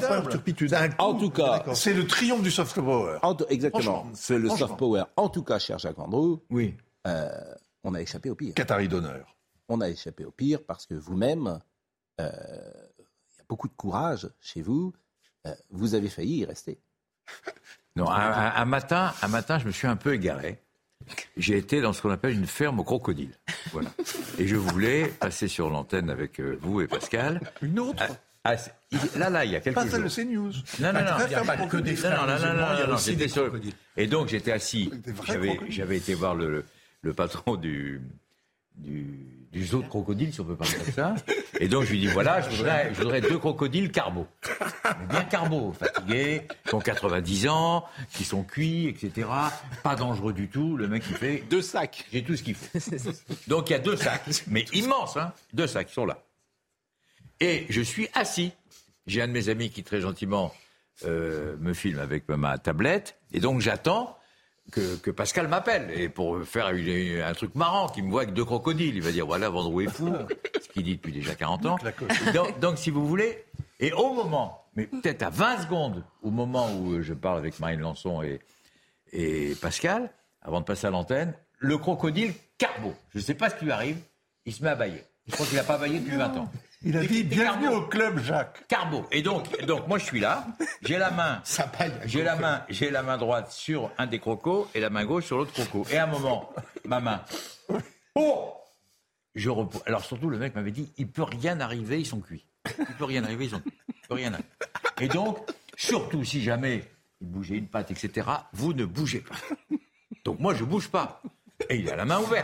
en tout cas, c'est le triomphe du soft power. T- exactement, c'est le soft power. En tout cas, cher Jacques Vendroux, oui. Euh, on a échappé au pire. Qatari d'honneur. On a échappé au pire parce que vous-même, il euh, y a beaucoup de courage chez vous. Euh, vous avez failli y rester. Non, un, un, un matin, un matin, je me suis un peu égaré. J'ai été dans ce qu'on appelle une ferme aux crocodiles. Voilà. Et je voulais passer sur l'antenne avec vous et Pascal. Une autre ? Ah, là, là, il y a quelques pas jours. Pas celle de CNews. Non, non, non, il n'y a pas que des frères. Non, non, non, non, non, j'étais sur... Et donc, j'étais assis. J'avais, j'avais été voir le, le patron du, du, du zoo de crocodile, si on peut parler comme ça. Et donc, je lui dis, voilà, je voudrais, je voudrais deux crocodiles carbo. Bien carbo, fatigués, qui ont quatre-vingt-dix ans, qui sont cuits, et cetera. Pas dangereux du tout. Le mec, il fait... Deux sacs. J'ai tout ce qu'il faut. Donc, il y a deux sacs, mais immenses, hein. Deux sacs, ils sont là. Et je suis assis. J'ai un de mes amis qui, très gentiment, euh, me filme avec ma tablette. Et donc, j'attends que, que Pascal m'appelle. Et pour faire une, un truc marrant, qu'il me voit avec deux crocodiles. Il va dire, voilà, Vendroux est fou. Ce qu'il dit depuis déjà quarante ans. Donc, donc, si vous voulez... Et au moment, mais peut-être à vingt secondes, au moment où je parle avec Marine Lançon et, et Pascal, avant de passer à l'antenne, le crocodile carbo. Je ne sais pas ce qui lui arrive. Il se met à bâiller. Je crois qu'il n'a pas bâillé depuis vingt ans. Il a dit bienvenue au club, Jacques. Carbo. Et donc, donc moi je suis là, j'ai la main, Ça paille, j'ai la main, j'ai la main droite sur un des crocos et la main gauche sur l'autre croco. Et à un moment, ma main, oh, je repose. Alors surtout le mec m'avait dit, il peut rien arriver, ils sont cuits. Il peut rien arriver, ils sont cuits. Il peut rien arriver. Et donc, surtout si jamais il bougeait une patte, et cetera, vous ne bougez pas. Donc moi je bouge pas. Et il a la main ouverte.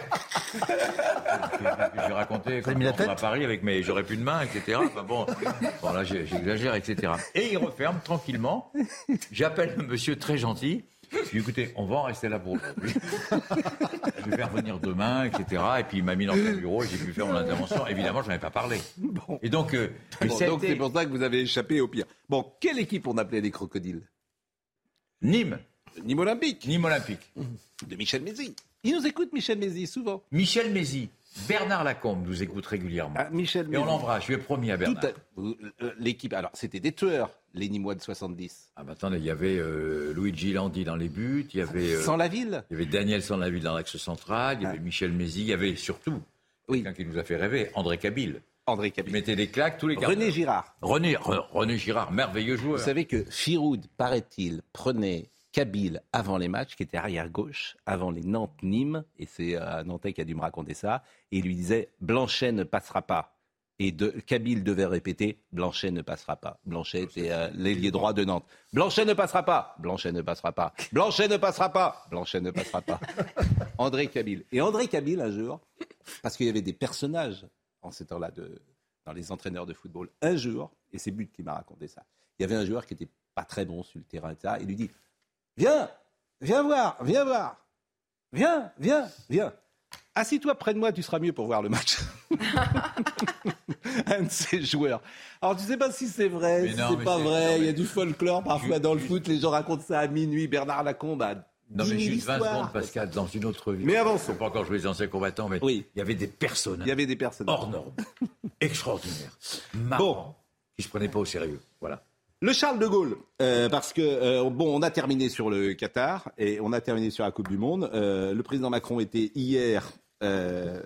J'ai raconté quand on à Paris avec mes j'aurais plus de main, et cetera. Enfin bon, bon là j'exagère, et cetera. Et il referme tranquillement. J'appelle un monsieur très gentil. Je lui dis écoutez, on va en rester là pour aujourd'hui. Je vais faire venir demain, et cetera. Et puis il m'a mis dans son bureau et j'ai pu faire mon intervention. Évidemment, je n'en ai pas parlé. Bon. Et donc, euh, bon, donc c'est pour ça que vous avez échappé au pire. Bon, quelle équipe on appelait les crocodiles? Nîmes. Nîmes Olympique. Nîmes Olympique. De Michel Mézy. Il nous écoute, Michel Mézy, souvent. Michel Mézy. Bernard Lacombe nous écoute régulièrement. Ah, Michel Mézy. Et on l'embrasse, je lui ai promis à Bernard. À... L'équipe, alors c'était des tueurs, les Nîmois de soixante-dix. Ah bah attendez, il y avait euh, Luigi Landi dans les buts, il y avait... Euh, Sans-la-Ville. Il y avait Daniel Sans-la-Ville dans l'axe central, il y avait ah. Michel Mézy, il y avait surtout, oui. quelqu'un qui nous a fait rêver, André Cabille. André Cabille. Il mettait des claques tous les quarts. René Girard. René, René Girard, merveilleux joueur. Vous savez que Firoud, paraît-il, prenait... Kabyle avant les matchs, qui était arrière-gauche, avant les Nantes-Nîmes, et c'est un Nantais qui a dû me raconter ça, et il lui disait « Blanchet ne passera pas ». Et de, Kabyle devait répéter « Blanchet ne passera pas ». Blanchet était euh, l'ailier droit de Nantes. « Blanchet ne passera pas ». Blanchet ne passera pas. Blanchet ne passera pas. Blanchet ne passera pas. André Kabyle. Et André Kabyle, un jour, parce qu'il y avait des personnages en ces temps-là de, dans les entraîneurs de football, un jour, et c'est But qui m'a raconté ça, il y avait un joueur qui n'était pas très bon sur le terrain, et cetera, il lui dit Viens, viens voir, viens voir. Viens, viens, viens. Assis-toi près de moi, tu seras mieux pour voir le match. Un de ces joueurs. Alors, tu sais pas si c'est vrai, mais si non, c'est pas c'est... vrai. Non, il y a du folklore parfois je... dans le foot. Les gens racontent ça à minuit. Bernard Lacombe a Non, mais juste vingt secondes, Pascal, dans une autre vie. Mais avançons. Pas encore jouer les anciens combattants, mais oui. il y avait des personnes. Il y avait des personnes. Hors normes. Extraordinaires. Marrants. Bon. Qui se prenaient pas au sérieux. Voilà. Le Charles de Gaulle, euh, parce que euh, bon, on a terminé sur le Qatar et on a terminé sur la Coupe du Monde. Euh, le président Macron était hier euh,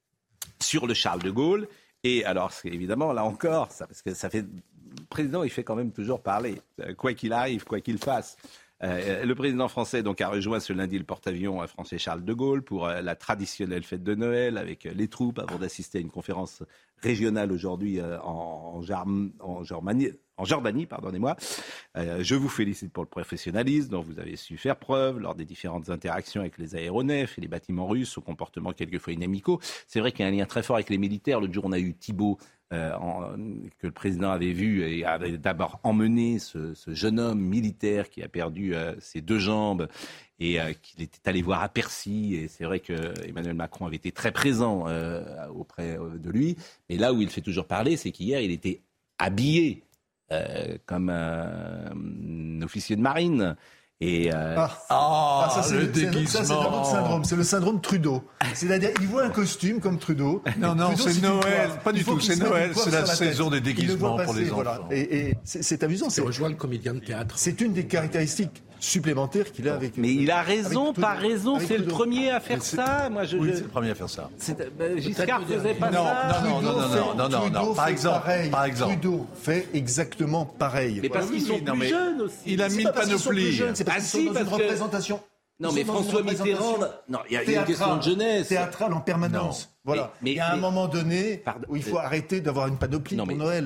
sur le Charles de Gaulle et alors c'est évidemment là encore, ça, parce que ça fait, le président il fait quand même toujours parler, quoi qu'il arrive, quoi qu'il fasse. Euh, le président français donc a rejoint ce lundi le porte-avions français Charles de Gaulle pour euh, la traditionnelle fête de Noël avec euh, les troupes avant d'assister à une conférence régionale aujourd'hui euh, en, en, Jarm, en, Jordanie, en Jordanie. Pardonnez-moi. Euh, je vous félicite pour le professionnalisme dont vous avez su faire preuve lors des différentes interactions avec les aéronefs et les bâtiments russes au comportement quelquefois inamicaux. C'est vrai qu'il y a un lien très fort avec les militaires. L'autre jour, on a eu Thibault. Euh, en, que le président avait vu et avait d'abord emmené ce, ce jeune homme militaire qui a perdu euh, ses deux jambes et euh, qu'il était allé voir à Percy. Et c'est vrai que Emmanuel Macron avait été très présent euh, auprès de lui. Mais là où il fait toujours parler, c'est qu'hier, il était habillé euh, comme un, un officier de marine. Et euh... ah, ah, ah, ça, c'est le, le déguisement. Ça, c'est un autre syndrome. C'est le syndrome Trudeau. C'est-à-dire, il voit un costume comme Trudeau. Non, non, Trudeau, c'est, c'est Noël. Pas du tout. C'est Noël. C'est la, la saison des déguisements pour les enfants. Voilà. Et, et c'est, c'est amusant. C'est rejoint le comédien de théâtre. C'est une des caractéristiques supplémentaires qu'il a avec. Mais il a raison, pas raison. C'est le premier à faire ça. Moi, je. Oui, c'est le premier à faire ça. Ben, Giscard faisait pas ça. Non, non, non, non, non, non, non. Par exemple, par exemple, Trudeau fait exactement pareil. Mais parce qu'ils sont plus jeunes aussi. Il a mis une panoplie. Ah si, parce que représentation. Non, mais François Mitterrand, non, il y a une question de jeunesse. Théâtrale en permanence. Non. Voilà. Mais, mais, il y a un mais, moment donné pardon, où il faut euh, arrêter d'avoir une panoplie non, pour mais, Noël.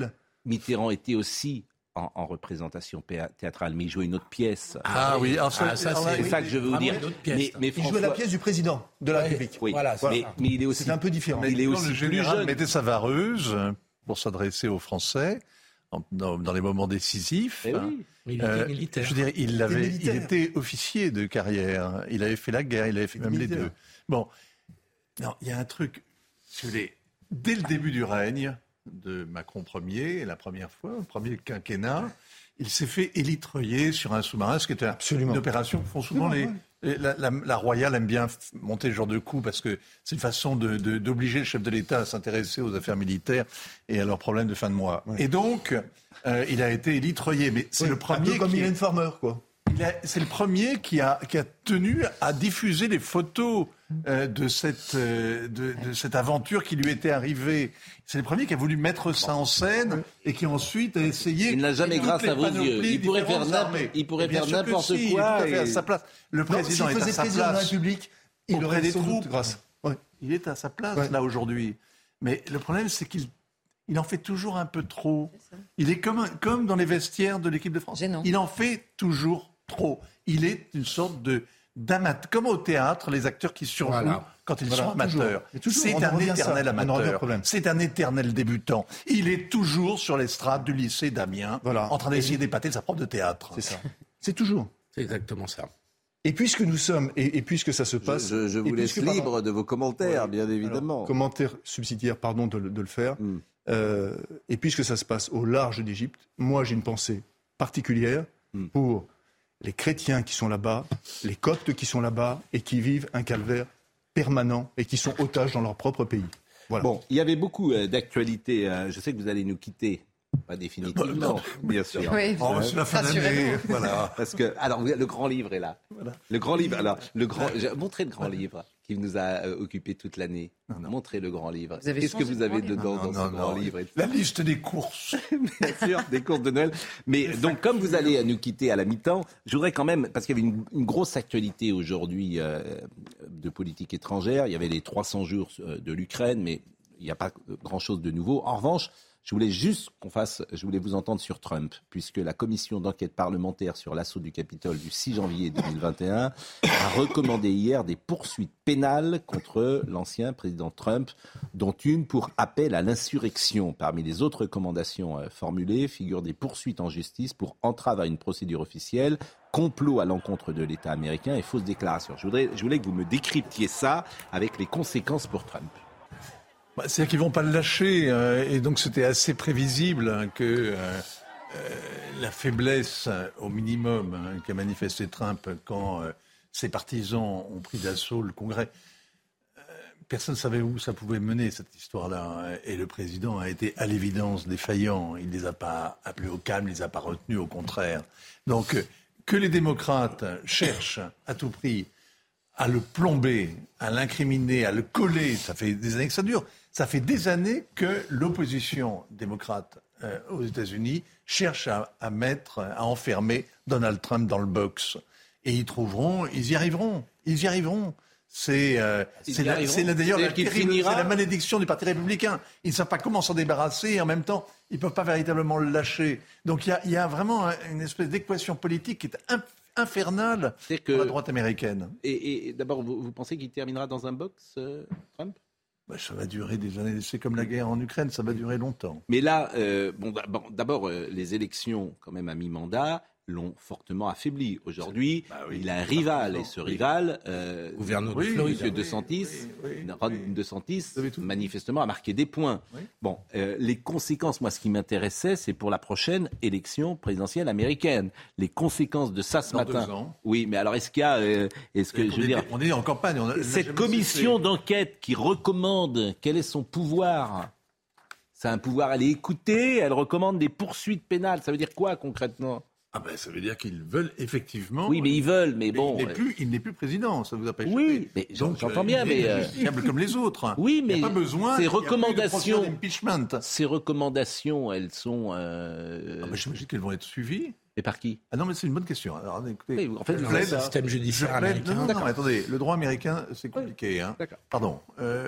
Mitterrand était aussi en, en représentation théâtrale, mais il jouait une autre pièce. Ah oui, ah, ça, ça, c'est, c'est ça que je veux vous dire. Mais, mais François... Il jouait la pièce du président de la République. Oui, voilà, mais, mais il est aussi... C'est un peu différent. Mais il est aussi le plus général jeune. mettait sa vareuse pour s'adresser aux Français dans, dans les moments décisifs. Eh oui, mais il était euh, militaire. Je veux dire, il, avait, il était officier de carrière. Il avait fait la guerre, il avait fait même militaire. Les deux. Bon, non, il y a un truc, si vous voulez, dès le début du règne de Macron Ier, la première fois, le premier quinquennat, il s'est fait élitreiller sur un sous-marin, ce qui était Absolument. Une opération que font souvent les... La, la, la Royale aime bien monter ce genre de coup parce que c'est une façon de, de, d'obliger le chef de l'État à s'intéresser aux affaires militaires et à leurs problèmes de fin de mois. Ouais. Et donc, euh, il a été élitreillé. Mais c'est oui, le premier. Un peu comme qui Mylène Farmer, quoi. Il a, c'est le premier qui a, qui a tenu à diffuser les photos euh, de, cette, euh, de, de cette aventure qui lui était arrivée. C'est le premier qui a voulu mettre ça en scène et qui ensuite a essayé... Il n'a jamais grâce à vos yeux. Il pourrait faire, il pourrait faire n'importe si, quoi. Il est tout à fait à sa place. Le président non, est à sa place. De la République, il auprès aurait des troupes. Grâce. Ouais. Il est à sa place, ouais. là, aujourd'hui. Mais le problème, c'est qu'il il en fait toujours un peu trop. Il est comme, comme dans les vestiaires de l'équipe de France. Gênant. Il en fait toujours trop. Il est une sorte de d'amateur, comme au théâtre, les acteurs qui surjouent voilà. quand ils voilà, sont amateurs. Toujours. Toujours, c'est un éternel amateur. C'est un éternel débutant. Il est toujours sur l'estrade du lycée d'Amiens, voilà. en train d'essayer d'épater sa prof de théâtre. C'est ça. C'est toujours. C'est exactement ça. Et puisque nous sommes, et, et puisque ça se passe... Je, je, je vous laisse puisque, libre pardon, de vos commentaires, ouais, bien évidemment. Alors, commentaires subsidiaires, pardon de, de le faire. Mm. Euh, et puisque ça se passe au large d'Égypte, moi j'ai une pensée particulière mm. pour... les chrétiens qui sont là-bas, les coptes qui sont là-bas et qui vivent un calvaire permanent et qui sont otages dans leur propre pays. Voilà. Bon, il y avait beaucoup euh, d'actualités. Euh, je sais que vous allez nous quitter. Pas définitivement, non, bien sûr. Oui, oh, c'est la fin d'année, voilà. Parce que, alors, le grand livre est là. Voilà. Le grand livre, alors, le grand, montrez le grand livre qui nous a euh, occupé toute l'année. Non, non. Montrez le grand livre. Qu'est-ce que vous avez dedans dans ce grand livre? La liste des courses. Bien sûr, des courses de Noël. Mais donc, comme vous allez nous quitter à la mi-temps, je voudrais quand même, parce qu'il y avait une, une grosse actualité aujourd'hui euh, de politique étrangère. Il y avait les trois cents jours de l'Ukraine, mais il n'y a pas grand-chose de nouveau. En revanche, je voulais juste qu'on fasse, je voulais vous entendre sur Trump, puisque la commission d'enquête parlementaire sur l'assaut du Capitole du six janvier deux mille vingt et un a recommandé hier des poursuites pénales contre l'ancien président Trump, dont une pour appel à l'insurrection. Parmi les autres recommandations formulées figurent des poursuites en justice pour entrave à une procédure officielle, complot à l'encontre de l'État américain et fausse déclaration. Je voudrais, je voulais que vous me décryptiez ça avec les conséquences pour Trump. C'est-à-dire qu'ils ne vont pas le lâcher, euh, et donc c'était assez prévisible hein, que euh, euh, la faiblesse, au minimum, hein, qu'a manifesté Trump quand euh, ses partisans ont pris d'assaut le Congrès, euh, personne ne savait où ça pouvait mener, cette histoire-là. Hein, et le président a été à l'évidence défaillant. Il ne les a pas appelés au calme, il ne les a pas retenus, au contraire. Donc, euh, que les démocrates cherchent à tout prix à le plomber, à l'incriminer, à le coller, ça fait des années que ça dure. Ça fait des années que l'opposition démocrate euh, aux États-Unis cherche à, à mettre, à enfermer Donald Trump dans le box. Et ils trouveront, ils y arriveront, ils y arriveront. C'est, euh, c'est, la, c'est la, d'ailleurs la, terrible, c'est la malédiction du Parti républicain. Ils ne savent pas comment s'en débarrasser et en même temps, ils ne peuvent pas véritablement le lâcher. Donc il y a, y a vraiment une espèce d'équation politique qui est imp- infernale que, pour la droite américaine. Et, et d'abord, vous, vous pensez qu'il terminera dans un box, euh, Trump ? Ben, ça va durer des années. C'est comme la guerre en Ukraine, ça va durer longtemps. Mais là, euh, bon, d'abord, euh, les élections, quand même, à mi-mandat, l'ont fortement affaibli. Aujourd'hui, bah oui, il a un rival, et ce rival, euh, gouverneur de oui, Floride, M. DeSantis, oui, oui, Ron oui. DeSantis, manifestement a marqué des points. Oui. Bon, euh, les conséquences, moi, ce qui m'intéressait, c'est pour la prochaine élection présidentielle américaine. Les conséquences de ça ce Dans matin. Deux ans. Oui, mais alors est-ce qu'il y a, euh, est-ce que on je veux est, dire, on est en campagne. On a, cette commission d'enquête qui recommande, quel est son pouvoir? C'est un pouvoir, elle est écoutée, elle recommande des poursuites pénales. Ça veut dire quoi concrètement? Ah ben, ça veut dire qu'ils veulent effectivement... Oui, mais ils veulent, mais bon... Il n'est plus, il n'est plus président, ça vous a pas échappé. Oui, mais donc, j'entends bien, il mais... Il est justiciable comme les autres. Oui, mais... Il n'y a pas besoin... Ces recommandations... d'impeachment. Ces recommandations, elles sont... Euh... Ah ben, j'imagine qu'elles vont être suivies. Et par qui? Ah non, mais c'est une bonne question. Alors, écoutez... Oui, en fait, le plaide, système judiciaire américain. Non, non, non, attendez, le droit américain, c'est compliqué. Hein. D'accord. Pardon. Euh,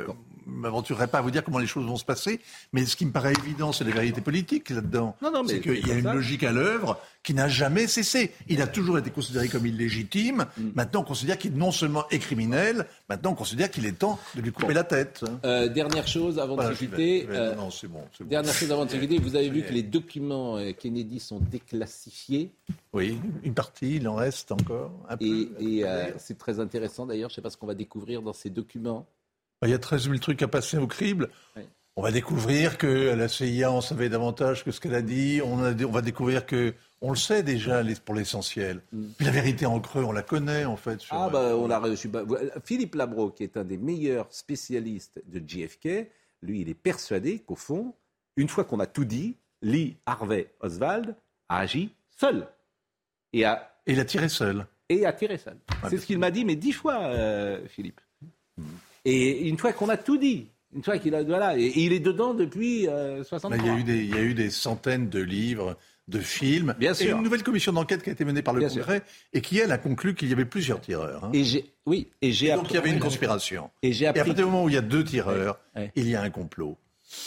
ne m'aventurerai pas à vous dire comment les choses vont se passer, mais ce qui me paraît évident, c'est la vérité politique là-dedans. Non, non, mais c'est qu'il y a une ça. logique à l'œuvre qui n'a jamais cessé. Il a toujours été considéré comme illégitime. Mm. Maintenant, on considère qu'il non seulement est criminel, maintenant, on considère qu'il est temps de lui couper bon. la tête. Euh, dernière chose avant voilà, de se quitter. Euh, non, c'est bon, c'est bon. Dernière chose avant de se quitter. Vous avez vu que les documents Kennedy sont déclassifiés. Oui, une partie, il en reste encore un peu. Et, et euh, c'est très intéressant d'ailleurs. Je ne sais pas ce qu'on va découvrir dans ces documents. Il y a treize mille trucs à passer au crible. Oui. On va découvrir que la C I A en savait davantage que ce qu'elle a dit. On, a, on va découvrir que, on le sait déjà pour l'essentiel. Mm. Puis la vérité en creux, on la connaît en fait. Sur, ah bah on l'a reçu. Philippe Labro, qui est un des meilleurs spécialistes de J F K, lui, il est persuadé qu'au fond, une fois qu'on a tout dit, Lee Harvey Oswald a agi seul et a et il a tiré seul. Et a tiré seul. Ouais, c'est ce qu'il m'a dit, mais dix fois, euh, Philippe. Mm. Et une fois qu'on a tout dit, une fois qu'il a voilà, et, et il est dedans depuis euh, soixante-trois. Il y a eu des, il y a eu des centaines de livres, de films, bien sûr. Et une nouvelle commission d'enquête qui a été menée par le bien Congrès sûr. Et qui elle a conclu qu'il y avait plusieurs tireurs. Hein. Et j'ai, oui, et j'ai et appris, donc il y avait une conspiration. Et j'ai appris et à partir du moment où il y a deux tireurs, ouais, ouais. il y a un complot.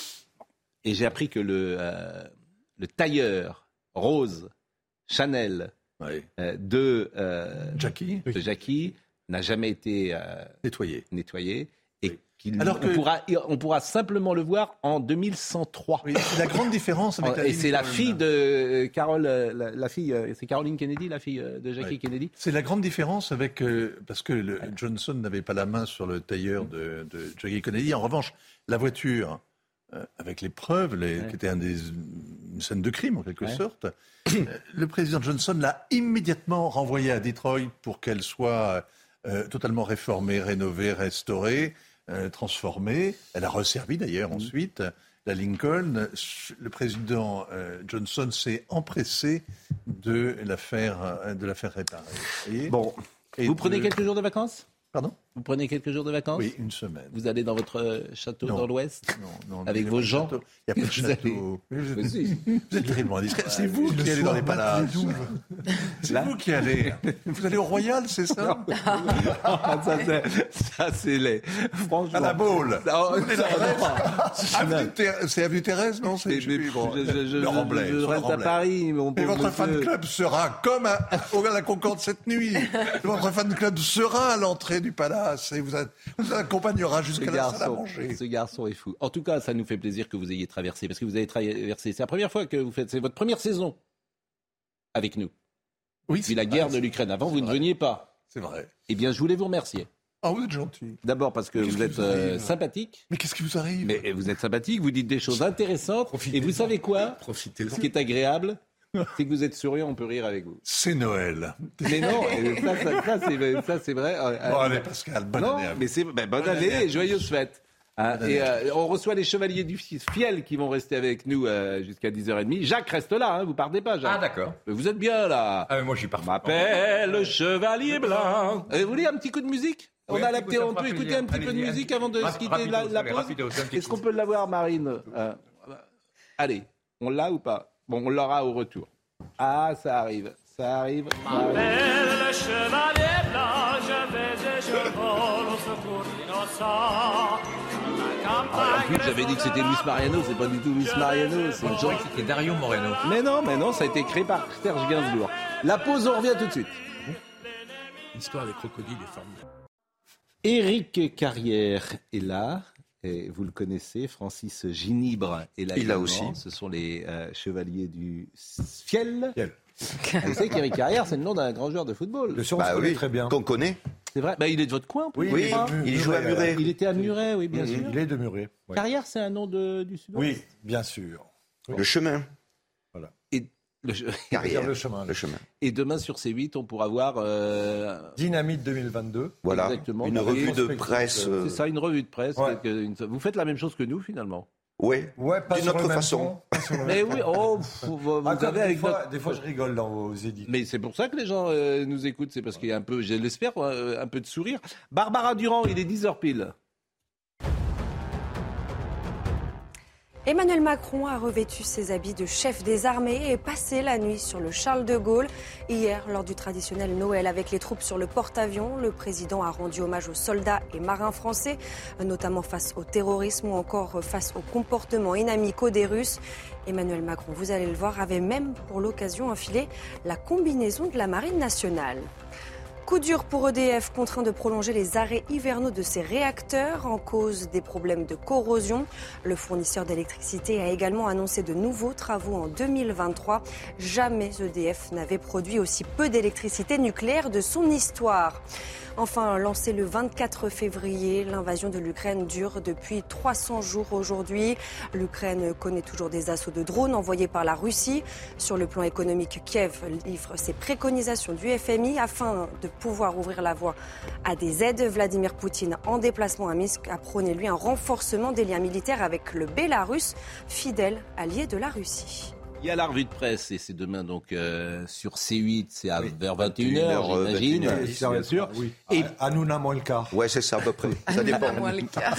Et j'ai appris que le euh, le tailleur Rose Chanel ouais. euh, de euh, Jackie, de Jackie n'a jamais été euh, nettoyé. nettoyé et oui. qu'il, Alors on, que... pourra, on pourra simplement le voir en deux mille cent trois. Oui, c'est la grande différence avec en, la Et c'est Lincoln. la fille de Carol, la, la fille, c'est Caroline Kennedy, la fille de Jackie oui. Kennedy. C'est la grande différence avec euh, parce que le, Johnson n'avait pas la main sur le tailleur de, de Jackie Kennedy. En revanche, la voiture euh, avec les preuves, les, ouais. qui était un des, une scène de crime en quelque ouais. sorte, euh, le président Johnson l'a immédiatement renvoyée à Detroit pour qu'elle soit euh, totalement réformée, rénovée, restaurée. Euh, transformée. Elle a resservi d'ailleurs mmh. ensuite la Lincoln. Le président euh, Johnson s'est empressé de la faire, de la faire réparer. Et, bon. Et vous de... prenez quelques jours de vacances ? Pardon ? Vous prenez quelques jours de vacances ? Oui, une semaine. Vous allez dans votre château non. dans l'Ouest ? Non, non. Avec vos gens ? Il n'y a pas de château. Vous êtes, vous êtes terriblement indiscret. C'est vous qui allez dans les palaces. C'est Là vous qui allez. Vous allez au Royal, c'est ça ? ça, c'est, ça, c'est les... Franchement... À la Baule. C'est Avenue Thérèse, non ? C'est je, je, je, le Remblai. Je reste à Paris. Mais, mais votre fan club sera comme à, au la Concorde cette nuit. Votre fan club sera à l'entrée du palace et vous, a, vous accompagnera jusqu'à la salle à manger. Ce garçon est fou. En tout cas, ça nous fait plaisir que vous ayez traversé, parce que vous avez traversé. C'est la première fois que vous faites. C'est votre première saison avec nous. Oui. Puis la guerre vrai, de l'Ukraine. Avant, vous vrai. ne veniez pas. C'est vrai. Eh bien, je voulais vous remercier. Ah, vous êtes gentil. D'abord parce que qu'est-ce vous êtes vous euh, sympathique. Mais qu'est-ce qui vous arrive ? Mais vous êtes sympathique, vous dites des choses intéressantes. Profitez et vous savez quoi ? Profitez-en. Ce qui est agréable, c'est que vous êtes souriant, on peut rire avec vous. C'est Noël. Mais non, ça, ça, ça, c'est, ça c'est vrai. Bon, allez, Pascal, bonne non, année à vous. Mais c'est, ben, bonne, bonne année, année et joyeuses fêtes. Hein, et euh, on reçoit les chevaliers du fiel qui vont rester avec nous euh, jusqu'à dix heures trente. Jacques reste là, hein, vous partez pas, Jacques. Ah d'accord. Vous êtes bien là. Ah mais moi je suis parti. On m'appelle le chevalier blanc. Et vous voulez un petit coup de musique ? Oui, on a la, coup, on peut écouter un petit allez, peu de musique avant de se quitter la, la pause. Rapidos, Est-ce qu'on peut l'avoir, Marine ? euh, Allez, on l'a ou pas ? Bon, on l'aura au retour. Ah, ça arrive, ça arrive. M'appelle le chevalier blanc, je vais et je vole au secours innocent. Ah, en plus, j'avais dit que c'était Luis Mariano, c'est pas du tout Luis Mariano. C'est genre que c'était Dario Moreno. Mais non, mais non, ça a été créé par Serge Gainsbourg. La pause, on revient tout de suite. L'histoire des crocodiles est formidable. Éric Carrière est là. Et vous le connaissez, Francis Ginibre est là. Il là aussi. Ce sont les euh, chevaliers du Fiel. Fiel. Vous savez qu'Éric Carrière, c'est le nom d'un grand joueur de football. Le bah oui, très bien. Qu'on connaît. C'est vrai. Bah, il est de votre coin. Oui, oui. Il, il joue à Muret. Il était à Muret, oui, bien mmh. sûr. Il est de Muret. Oui. Carrière, c'est un nom de, du Sud-Ouest. Oui, bien sûr. Oui. Le chemin. Voilà. Et le, Carrière. le chemin. Le chemin. Et demain sur C huit, on pourra voir euh... Dynamite deux mille vingt-deux. Voilà. Exactement. Une revue de presse. Euh... C'est ça, une revue de presse. Ouais. Une... Vous faites la même chose que nous, finalement. Oui, ouais, d'une autre façon. Mais oui, oh, vous, vous ah, avez des, avec fois, notre... des fois je rigole dans vos édits. Mais c'est pour ça que les gens euh, nous écoutent, c'est parce qu'il y a un peu, je l'espère, un peu de sourire. Barbara Durand, il est dix heures pile. Emmanuel Macron a revêtu ses habits de chef des armées et passé la nuit sur le Charles de Gaulle. Hier, lors du traditionnel Noël avec les troupes sur le porte-avions, le président a rendu hommage aux soldats et marins français, notamment face au terrorisme ou encore face au comportement inamicaux des Russes. Emmanuel Macron, vous allez le voir, avait même pour l'occasion enfilé la combinaison de la Marine nationale. Coup dur pour E D F, contraint de prolonger les arrêts hivernaux de ses réacteurs en cause des problèmes de corrosion. Le fournisseur d'électricité a également annoncé de nouveaux travaux en deux mille vingt-trois. Jamais E D F n'avait produit aussi peu d'électricité nucléaire de son histoire. Enfin, lancé le vingt-quatre février, l'invasion de l'Ukraine dure depuis trois cents jours aujourd'hui. L'Ukraine connaît toujours des assauts de drones envoyés par la Russie. Sur le plan économique, Kiev livre ses préconisations du F M I afin de pouvoir ouvrir la voie à des aides. Vladimir Poutine, en déplacement à Minsk, a prôné lui un renforcement des liens militaires avec le Bélarus, fidèle allié de la Russie. Il y a la revue de presse et c'est demain donc euh, sur C huit, c'est à, oui, vers vingt et une heures, j'imagine. vingt et une heures, bien sûr. Oui. Et Hanouna moins le quart. Ouais, c'est ça à peu près. Ça dépend. moins le quart.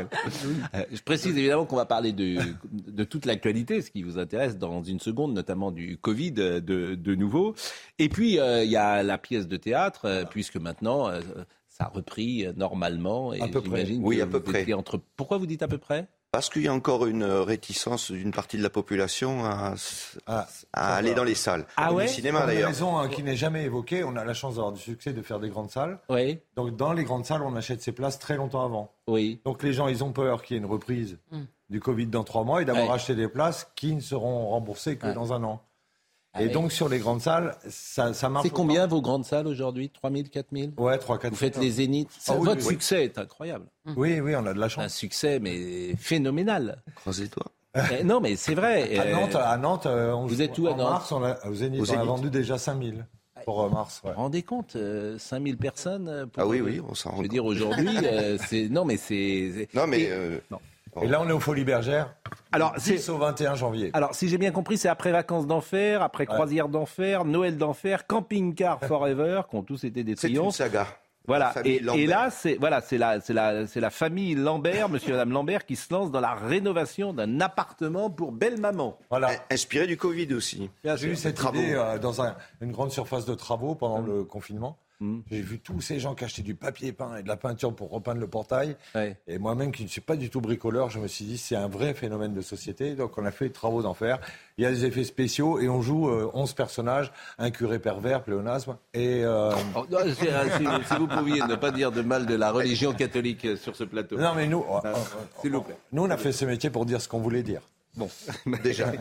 euh, je précise évidemment qu'on va parler de, de toute l'actualité, ce qui vous intéresse dans une seconde, notamment du Covid de, de nouveau. Et puis euh, il y a la pièce de théâtre, euh, puisque maintenant euh, ça a repris euh, normalement. Et à peu près. J'imagine oui, que à peu vous près. étiez entre... Pourquoi vous dites à peu près ? Parce qu'il y a encore une réticence d'une partie de la population à, à, à aller dans les salles. Ah ouais ? Du cinéma, d'ailleurs. Une d'ailleurs. raison hein, qui n'est jamais évoquée. On a la chance d'avoir du succès de faire des grandes salles. Oui. Donc dans les grandes salles, on achète ses places très longtemps avant. Oui. Donc les gens, ils ont peur qu'il y ait une reprise mm. du Covid dans trois mois et d'avoir ouais. acheté des places qui ne seront remboursées que ouais. dans un an. Ah et oui. donc sur les grandes salles, ça, ça marche. C'est combien vos grandes salles aujourd'hui ? trois mille, quatre mille ? Ouais, trois quatre mille. Vous faites les zéniths. Ah, oui, Votre oui. succès est incroyable. Oui, oui, on a de la chance. Un succès, mais phénoménal. Croisez-toi. Eh, non, mais c'est vrai. À Nantes, à Nantes on vous êtes où à en Nantes ? mars, on a, au Zénith, Au on Zénith. a vendu déjà cinq mille pour euh, mars. Ouais. Vous vous rendez compte, euh, cinq mille personnes pour, Ah oui, oui, on s'en rend Je veux compte. dire, aujourd'hui, euh, c'est... Non, mais c'est... c'est... Non, mais... Et... Euh... Non. Et là, on est aux Folies Bergères. Alors, dix c'est... au vingt et un janvier. Alors, si j'ai bien compris, c'est après Vacances d'Enfer, après Ouais. Croisière d'Enfer, Noël d'Enfer, Camping-Car Forever, qui ont tous été des C'est une triomphes. saga. Voilà. La famille Et, Lambert. et là, c'est voilà, c'est la, c'est la, c'est la famille Lambert, Monsieur et Madame Lambert, qui se lance dans la rénovation d'un appartement pour belle maman. Voilà. Inspiré du Covid aussi. J'ai eu cette Travaux. idée euh, dans un- une grande surface de travaux pendant Mmh. le confinement. Mmh. J'ai vu tous ces gens qui achetaient du papier peint et de la peinture pour repeindre le portail. Ouais. Et moi-même, qui ne suis pas du tout bricoleur, je me suis dit c'est un vrai phénomène de société. Donc on a fait Travaux d'enfer. Il y a des effets spéciaux et on joue euh, onze personnages, un curé pervers, pléonasme. Et euh... Oh, non, si, si, si vous pouviez ne pas dire de mal de la religion catholique euh, sur ce plateau. non mais nous, Euh, S'il vous plaît. nous on a fait ce métier pour dire ce qu'on voulait dire. Bon, Déjà.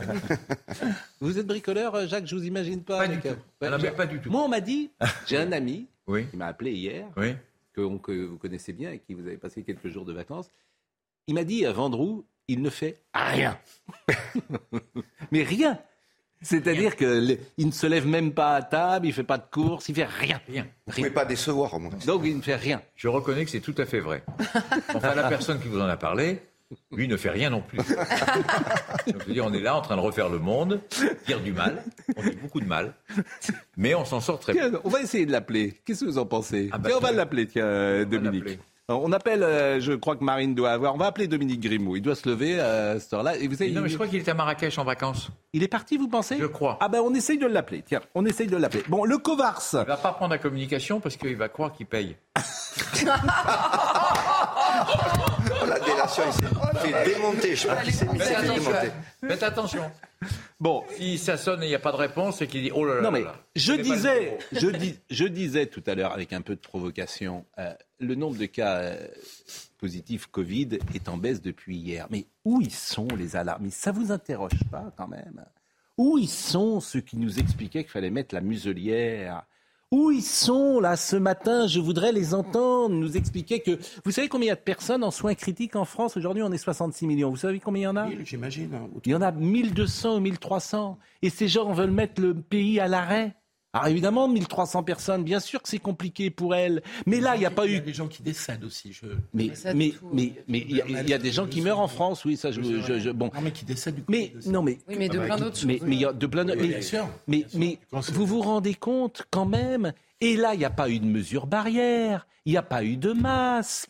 Vous êtes bricoleur, Jacques, je vous imagine pas. Pas avec, du euh, tout. ouais, Ah non, mais j'ai- pas du tout. Moi, on m'a dit, j'ai un ami Oui. qui m'a appelé hier, Oui. que, que vous connaissez bien et qui vous avez passé quelques jours de vacances. Il m'a dit, à Vendroux, il ne fait rien. Mais rien. C'est-à-dire qu'il ne se lève même pas à table, il ne fait pas de courses, il ne fait rien. Rien. Vous ne pouvez pas décevoir, moi. Donc il ne fait rien. Je reconnais que c'est tout à fait vrai. Enfin, la personne qui vous en a parlé, lui ne fait rien non plus. Donc, je veux dire, on est là en train de refaire le monde, dire du mal, on dit beaucoup de mal, mais on s'en sort très bien. Tiens, on va essayer de l'appeler. Qu'est-ce que vous en pensez Ah bah, Tiens, on va très bien. l'appeler, tiens, euh, On va Dominique. l'appeler. Alors, on appelle, euh, je crois que Marine doit avoir, on va appeler Dominique Grimaud. Il doit se lever euh, à cette heure-là. Et vous savez, Non, mais il- je crois qu'il est à Marrakech en vacances. Il est parti, vous pensez ? Je crois. Ah ben on essaye de l'appeler. Tiens, on essaye de l'appeler. Bon, le Covars. Il va pas prendre la communication parce qu'il va croire qu'il paye. Oh, la délation, il s'est fait démonter. Je sais pas qui s'est mis, il s'est Faites fait attention. démonter. Faites attention. Bon, Si ça sonne et il n'y a pas de réponse, c'est qu'il dit oh là là. non mais là là. je Prenez pas le disais, numéro. je, dis, je disais tout à l'heure avec un peu de provocation, euh, le nombre de cas euh, positifs Covid est en baisse depuis hier. Mais où ils sont les alarmistes ? Ça vous interroge pas quand même ? Où ils sont ceux qui nous expliquaient qu'il fallait mettre la muselière ? Où ils sont là ce matin ? Je voudrais les entendre nous expliquer que... Vous savez combien il y a de personnes en soins critiques en France ? Aujourd'hui, on est soixante-six millions. Vous savez combien il y en a ? Oui, j'imagine. hein. Il y en a mille deux cents ou mille trois cents. Et ces gens veulent mettre le pays à l'arrêt. Alors évidemment, mille trois cents personnes, bien sûr que c'est compliqué pour elles. Mais là, il n'y a pas Il y a eu... des gens qui décèdent aussi. Je... Mais Ça, mais tout, mais mais il y, a- il y a des gens qui meurent en France, oui, ça je, je, je- bon. Non, mais qui décèdent du Mais Covid aussi. non mais Oui, mais de Ah bah, plein qui- d'autres choses. mais mais il y a de plein de Oui, mais, bien sûr. mais mais vous vous rendez compte quand même. Et là, il n'y a pas eu de mesure barrière, il n'y a pas eu de masque, il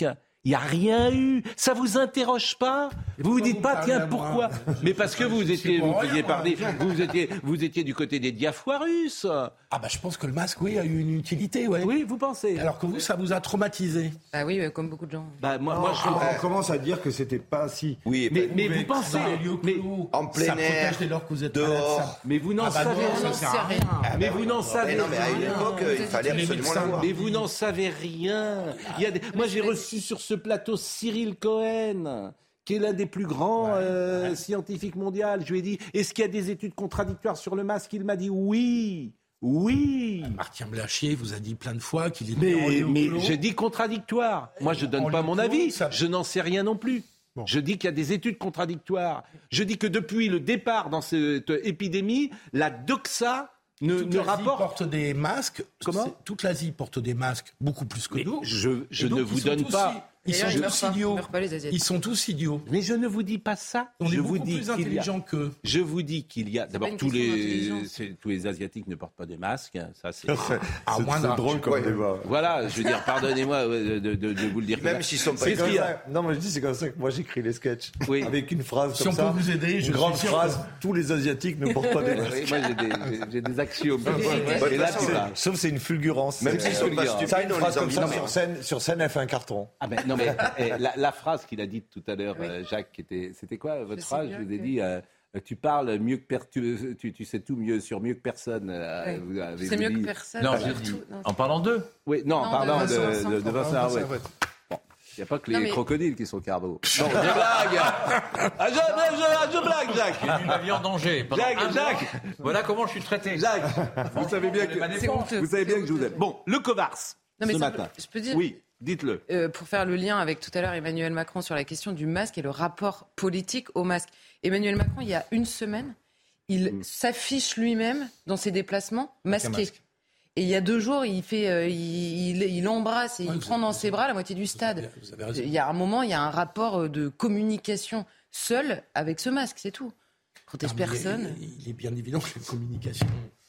Il n'y a rien eu. Ça vous interroge pas? Vous vous dites pas, tiens, pourquoi? Mais parce que vous étiez, vous faisiez parler, vous étiez, vous étiez du côté des diafoirus. Ah bah je pense que le masque, oui, a eu une utilité, ouais. Oui, vous pensez? Alors que vous, ça vous a traumatisé. Ah oui, comme beaucoup de gens. Bah moi, Non, moi je... on commence à dire que c'était pas si. Oui, mais, bah, mais vous pensez, mais en plein ça air, protège dès lors que vous êtes dehors. malade, ça. Mais vous n'en Ah bah savez non, rien. ça sert à rien. Ah mais vous n'en savez non, mais à une rien. époque, il fallait absolument l'avoir. Mais vous n'en savez rien. Il y a des... Moi, j'ai reçu sur ce plateau Cyril Cohen, qui est l'un des plus grands euh, scientifiques mondiaux. Je lui ai dit, est-ce qu'il y a des études contradictoires sur le masque? Il m'a dit oui. Oui. Martin Blachier vous a dit plein de fois qu'il était Mais, en mais clos. je dis contradictoire. Moi, je ne donne En pas mon clos, avis. ça- Je n'en sais rien non plus. Bon. Je dis qu'il y a des études contradictoires. Je dis que depuis le départ dans cette épidémie, la doxa ne, toute ne l'Asie rapporte... porte des masques. Comment C'est- Toute l'Asie porte des masques beaucoup plus que Mais nous. je je Et donc, ne ils vous sont donne tous pas... i- Ils sont D'ailleurs, ils meurent tous pas. idiots. Ils meurent pas, les Asiatiques. Ils sont tous idiots. Mais je ne vous dis pas ça. On est je vous beaucoup dis plus qu'il y a- intelligents qu'eux. Je vous dis qu'il y a... D'abord, pas une tous question les, d'intelligence. c'est- tous les Asiatiques ne portent pas des masques. hein, Ça, c'est... À C'est moins c'est d'un- drôle comme Ouais. débat. Voilà, je veux dire, pardonnez-moi de, de- de- de vous le dire. Même s'ils sont pas C'est C'est ce comme qu'il y a. ça. Non, mais je dis, c'est comme ça que moi j'écris les sketchs. Oui. Avec une phrase Si comme on ça. peut vous aider, je une grande suis sûr phrase. Tous les Asiatiques ne portent pas des masques. Oui, moi, j'ai des, j'ai- j'ai des axiomes. Ouais, Et là, de toute tu façon, parles. Sauf c'est une fulgurance. Même C'est- s'ils sont pas Ça, stupides, une on phrase les comme ça envie. sur scène, sur scène, elle fait un carton. Ah ben non mais eh, la, la phrase qu'il a dite tout à l'heure, Oui. euh, Jacques, qui était, c'était quoi votre Je sais phrase? bien Je vous ai que- dit, euh, tu parles mieux que per- tu, tu, tu sais tout mieux sur mieux que personne. euh, Ouais. vous avez- C'est vous mieux dit- que personne. Non, surtout. j'ai dit. Non, En parlant d'eux. Oui, non, Non, pardon de de, Vincent de, de Vincent Vincent Arouet. Arouet. Bon, il n'y a pas que Non, les mais- crocodiles qui sont carbo. Non, je blague. Ah, je, je, je blague, Jacques. J'ai mis ma vie en danger. Pendant Jacques, un Jacques. mois, voilà comment je suis traité. Jacques, vous savez bien Ma que défense. C'est honteux. vous savez bien C'est que je vous aime. Bon, le Covars Non, mais ce ça, matin. je peux dire, Oui, dites-le. euh, pour faire le lien avec tout à l'heure Emmanuel Macron sur la question du masque et le rapport politique au masque. Emmanuel Macron, il y a une semaine, il Mm. s'affiche lui-même dans ses déplacements masqué. masque. Et il y a deux jours, il fait, euh, il, il, il embrasse et Ouais, il vous prend avez dans raison. ses bras la moitié du stade. avez- vous avez raison. Il y a un moment, il y a un rapport euh, de communication seul avec ce masque, c'est tout. Protège Ah, mais personne. Il, il est bien évident que la communication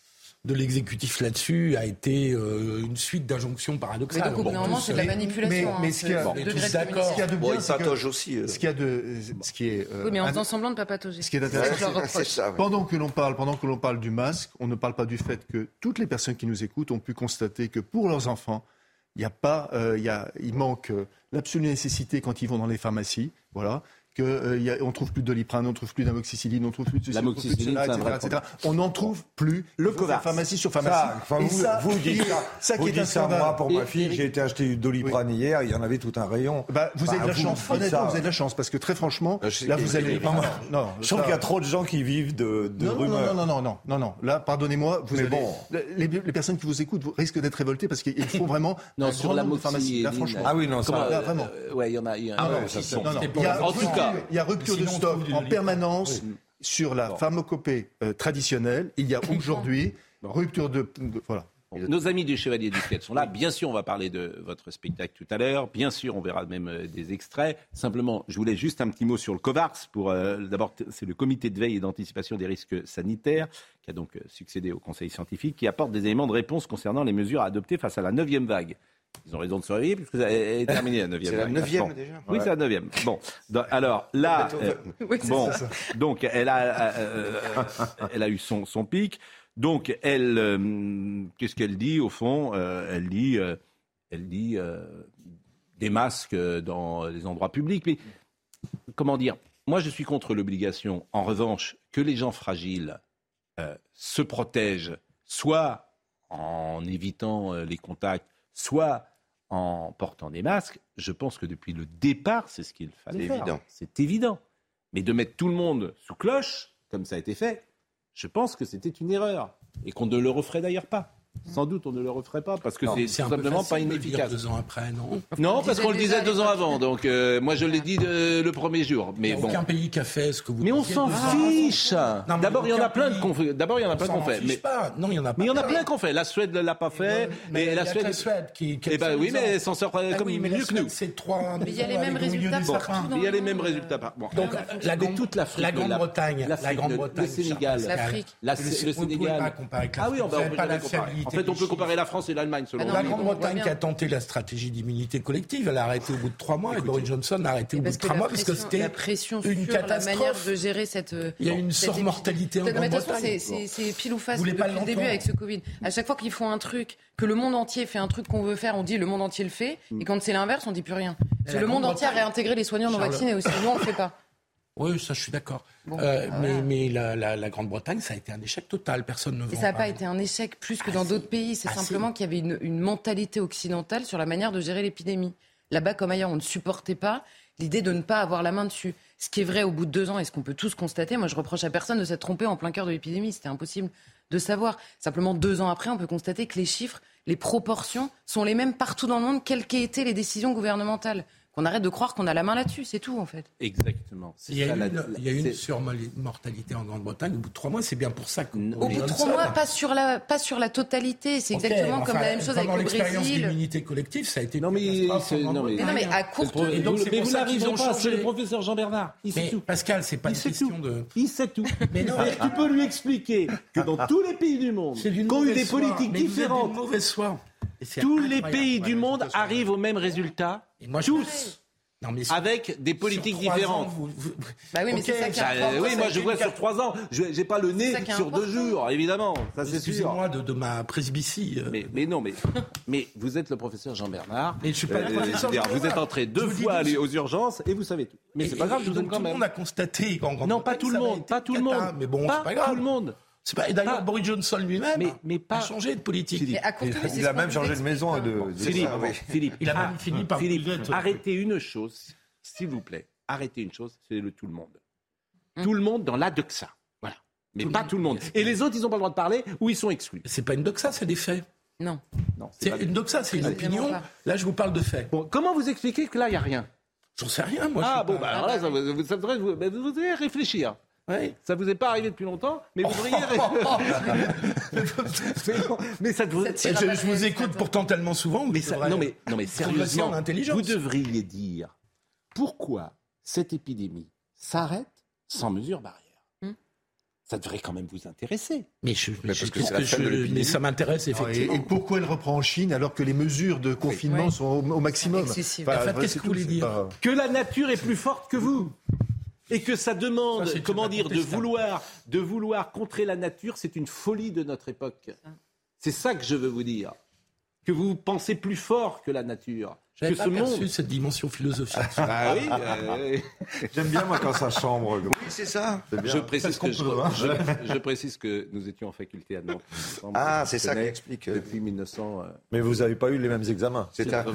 de l'exécutif là-dessus a été euh, une suite d'injonctions paradoxales. Mais donc, au bout d'un moment, tous, c'est de la euh, manipulation. mais- mais hein, ce qu'il y a- ce on est degré tous de d'accord. communication. Ce qu'il y a de Bon, bien, il c'est que- patauge aussi. euh. ce qu'il y a de, ce qui est, euh, Oui, mais en un- faisant semblant de ne pas patauger. ce qui est C'est ça que je leur intéressant, reproche. C'est ça, oui. pendant que l'on parle, pendant que l'on parle du masque, on ne parle pas du fait que toutes les personnes qui nous écoutent ont pu constater que pour leurs enfants, il y a pas, euh, il y a, il manque euh, l'absolue nécessité quand ils vont dans les pharmacies, voilà. Que, euh, il y a, on trouve plus de doliprane, on trouve plus d'amoxicilline, on trouve plus de ceci, on trouve plus de L'amoxicilline, cela, c'est un et cetera, vrai et cetera. On n'en trouve plus. Le Il faut Covars. faire pharmacie sur pharmacie. Ça, enfin, Et vous, ça, vous dites ça, ça vous qui est dites un ça, scandale. moi, pour ma Et- fille, Eric- j'ai été acheter du Doliprane hier, il y en avait tout un rayon. Bah, vous Bah, avez de la vous chance. dites Honnêtement, ça. vous avez de la chance parce que très franchement, Là, je sais là qu'il y vous a- allez. il y a- Non, non, Je trouve ça- qu'il y a trop de gens qui vivent de, de Non, non, rumeurs. non, non, non, non, non, non. Là, pardonnez-moi, vous Mais allez- bon. les, les personnes qui vous écoutent vous risquent d'être révoltées parce qu'il faut vraiment Non, un sur grand la nombre de pharmacies. Là, moxicilline. franchement. Ah oui, non, ça, Comment, là, euh, vraiment. euh, ouais, il y en a. il y a un- Ah, ouais, non, ça, si, c'est- non, non. c'était Il y a pour- En tout rupture- cas- il y a rupture de Sinon, on stock trouve du en Doliprane. permanence sur la pharmacopée euh, traditionnelle. Il y a aujourd'hui rupture de, de- voilà. Bon, nos amis du Chevalier du Ciel sont là. Bien sûr, on va parler de votre spectacle tout à l'heure. Bien sûr, on verra même euh, des extraits. Simplement, je voulais juste un petit mot sur le Covars. Pour, euh, d'abord, t- c'est le comité de veille et d'anticipation des risques sanitaires qui a donc euh, succédé au conseil scientifique qui apporte des éléments de réponse concernant les mesures à adopter face à la neuvième vague. Ils ont raison de se réveiller puisque ça est terminé la neuvième C'est la vague. neuvième Bon. déjà. Oui, Ouais. c'est la neuvième. Bon, dans- alors là, euh, Oui, c'est bon, ça. donc elle a, euh, euh, elle a eu son, son pic. Donc elle, euh, qu'est-ce qu'elle dit au fond euh, Elle dit, euh, elle dit euh, des masques dans les endroits publics. Mais comment dire Moi, je suis contre l'obligation. En revanche, que les gens fragiles euh, se protègent, soit en évitant euh, les contacts, soit en portant des masques. Je pense que depuis le départ, c'est ce qu'il fallait C'est faire. évident. C'est évident. Mais de mettre tout le monde sous cloche, comme ça a été fait, je pense que c'était une erreur. Et qu'on ne le referait d'ailleurs pas. Sans doute, on ne le referait pas parce que Non, c'est c'est tout un peu simplement pas facile de le dire inefficace. deux ans après, non Non, On parce disait qu'on le déjà disait deux à ans l'époque. avant. Donc, euh, moi, je l'ai dit de- le premier jour. Il Mais n'y a bon. aucun pays qui a fait ce que vous Mais on disiez s'en deux ans avant. fiche. Non, mais D'abord, il y en a aucun plein de pays. qu'on fait. D'abord, il y en a plein On qu'on s'en fait. fiche Mais pas. Non, il y en a pas. mais il y en a plein. plein qu'on fait. La Suède ne l'a pas fait. Mais Et il y la a que Suède. la Suède qui, qui Eh ben fait oui, des mais ans. elle s'en sort Ah comme oui, mais la mieux que Suède, nous. c'est trois Mais il y a les mêmes avec au milieu résultats des partout sapins. dans Il y a le les mêmes monde. résultats. par- Bon. Donc, la, Mais Grande- toute l'Afrique, la Grande-Bretagne, la l'Afrique, Grande-Bretagne, le Sénégal, cher Pascal. L'Afrique. La- Le- le vous ne pouvez Sénégal. pas comparer avec Ah oui, on l'Afrique. va- Vous n'avez on pas peut la comparer. fiabilité fragilité. En fait, on des peut comparer la France et l'Allemagne, selon La moi. Grande-Bretagne qui a tenté la stratégie d'immunité collective, elle a arrêté au bout de trois mois et Boris Johnson a arrêté au bout de trois mois parce que c'était la pression une sur catastrophe. la manière de gérer cette. Il y a une cette surmortalité en épidémie. De toute façon, Grande-Bretagne. c'est- c'est c'est pile ou face Vous voulez depuis pas le début l'entendre avec ce Covid. À chaque fois qu'ils font un truc, que le monde entier fait un truc qu'on veut faire, on dit le monde entier le fait, et quand c'est l'inverse, on dit plus rien. Parce que la le monde entier a Grande-Bretagne- réintégré les soignants non Charles- vaccinés aussi. Nous, on le fait pas. Oui, ça, je suis d'accord. Bon, Euh, bah, mais voilà. mais la, la- la Grande-Bretagne, ça a été un échec total. Personne ne Et veut ça n'a en pas parler. été un échec plus que dans d'autres pays. C'est Ah, simplement qu'il y avait une, une mentalité occidentale sur la manière de gérer l'épidémie. Là-bas, comme ailleurs, on ne supportait pas l'idée de ne pas avoir la main dessus. Ce qui est vrai au bout de deux ans, et ce qu'on peut tous constater, moi je reproche à personne de s'être trompé en plein cœur de l'épidémie. C'était impossible de savoir. Simplement, deux ans après, on peut constater que les chiffres, les proportions sont les mêmes partout dans le monde, quelles qu'aient été les décisions gouvernementales. Qu'on arrête de croire qu'on a la main là-dessus, c'est tout en fait. Exactement. C'est Il y a ça, eu la- une, la- il y a eu une c'est- surmortalité en Grande-Bretagne au bout de trois mois. C'est bien pour ça que. Au bout de trois mois, pas sur la, pas sur la totalité. C'est Ok, exactement enfin, comme la même chose avec pendant le l'expérience Brésil. d'immunité collective, ça a été. Non, mais, c'est- non, mais, Mais non, mais à courte- Le pro- Et donc, vous- c'est mais pour vous ça n'arrivez qu'ils ont pas, c'est changé. le professeur Jean Bernard. Il sait Mais tout. Pascal, c'est pas Il une sait question tout. de. Il sait tout. Mais non. C'est-à-dire que tu peux lui expliquer que dans tous les pays du monde, C'est d'une qui ont eu mauvaise des foi. politiques Mais vous êtes différentes, d'une mauvaise foi. Et c'est tous les incroyable. pays du Ouais, monde je suis arrivent au même résultat, Et moi, je- tous, Non, mais sur- avec des politiques sur trois différentes. ans, vous- vous- Bah oui, mais Ok, c'est ça qui est ça- Bah, important. oui, ça moi a je été vois une sur trois ans. Je j'ai pas le nez ça qui est sur deux important. jours, évidemment. Ça c'est sûr. Excusez-moi de, de ma presbytie. euh. Mais, mais non, mais, mais vous êtes le professeur Jean Bernard. Mais je suis pas le Euh, professeur je veux dire, Jean vous êtes Bernard. entré Je deux vous dis fois douze. aller aux urgences et vous savez tout. Mais c'est Et- pas grave, et je vous donc, donne quand tout le même. monde a constaté qu'en Grande-Bretagne, Non, pas tout le ça avait monde, été pas tout le cata. monde. Mais bon, pas c'est pas grave. tout le monde. C'est pas... Et d'ailleurs, Pas- Boris Johnson lui-même Mais, mais pas. a changé de politique. Philippe, Mais à courte vue, c'est Il ce a qu'on même vous changé de explique. maison et de. de- Philippe, Ah, oui. Philippe, Il a ah, même fini par Philippe, bouger de- arrêtez une chose, s'il vous plaît. Arrêtez une chose, c'est le tout le monde. Tout le monde dans la doxa. Voilà. Mais Tout pas le- tout le monde. Et les autres, ils n'ont pas le droit de parler ou ils sont exclus. C'est pas une doxa, c'est des faits. Non. Non, C'est pas une doxa, c'est une Évidemment opinion. pas. Là, je vous parle de faits. Bon, comment vous expliquez que là, il n'y a rien? J'en sais rien, moi. je Ah suis bon, pas- bah alors là, ça, vous- ça devrait vous, bah, vous devriez réfléchir. Ouais. Ça vous est pas arrivé depuis longtemps, mais vous devriez mais, non, mais ça devrait. Ça tire Je, à je vous écoute pourtant tellement souvent. Mais ça, non mais non mais progresser sérieusement, en intelligence. vous devriez dire pourquoi cette épidémie s'arrête sans mesures barrières. Hmm. Ça devrait quand même vous intéresser. Mais, je, mais, parce je- que qu'est-ce c'est la que fin de je- l'épidémie. mais ça m'intéresse Et, effectivement. et pourquoi elle reprend en Chine alors que les mesures de confinement Oui. sont au, au maximum Excessif. En fait, ouais, qu'est-ce c'est que vous tout, voulez c'est dire pas- Que la nature est plus forte que vous. Et que ça demande, Ça, c'est comment dire, de incontestable. vouloir, de vouloir contrer la nature, c'est une folie de notre époque. C'est ça que je veux vous dire. Que vous pensez plus fort que la nature. J'avais Que pas ce perçu monde. cette dimension philosophique. Ah oui, euh, J'aime bien, moi, quand ça chambre. Oui, c'est ça. C'est bien. je précise, qu'on que je, peut, hein. je- je précise que nous étions en faculté à Nantes. ensemble. Ah, Je c'est ça qui connais explique. euh, Depuis mille neuf cent Mais vous n'avez pas eu les mêmes examens. C'est un...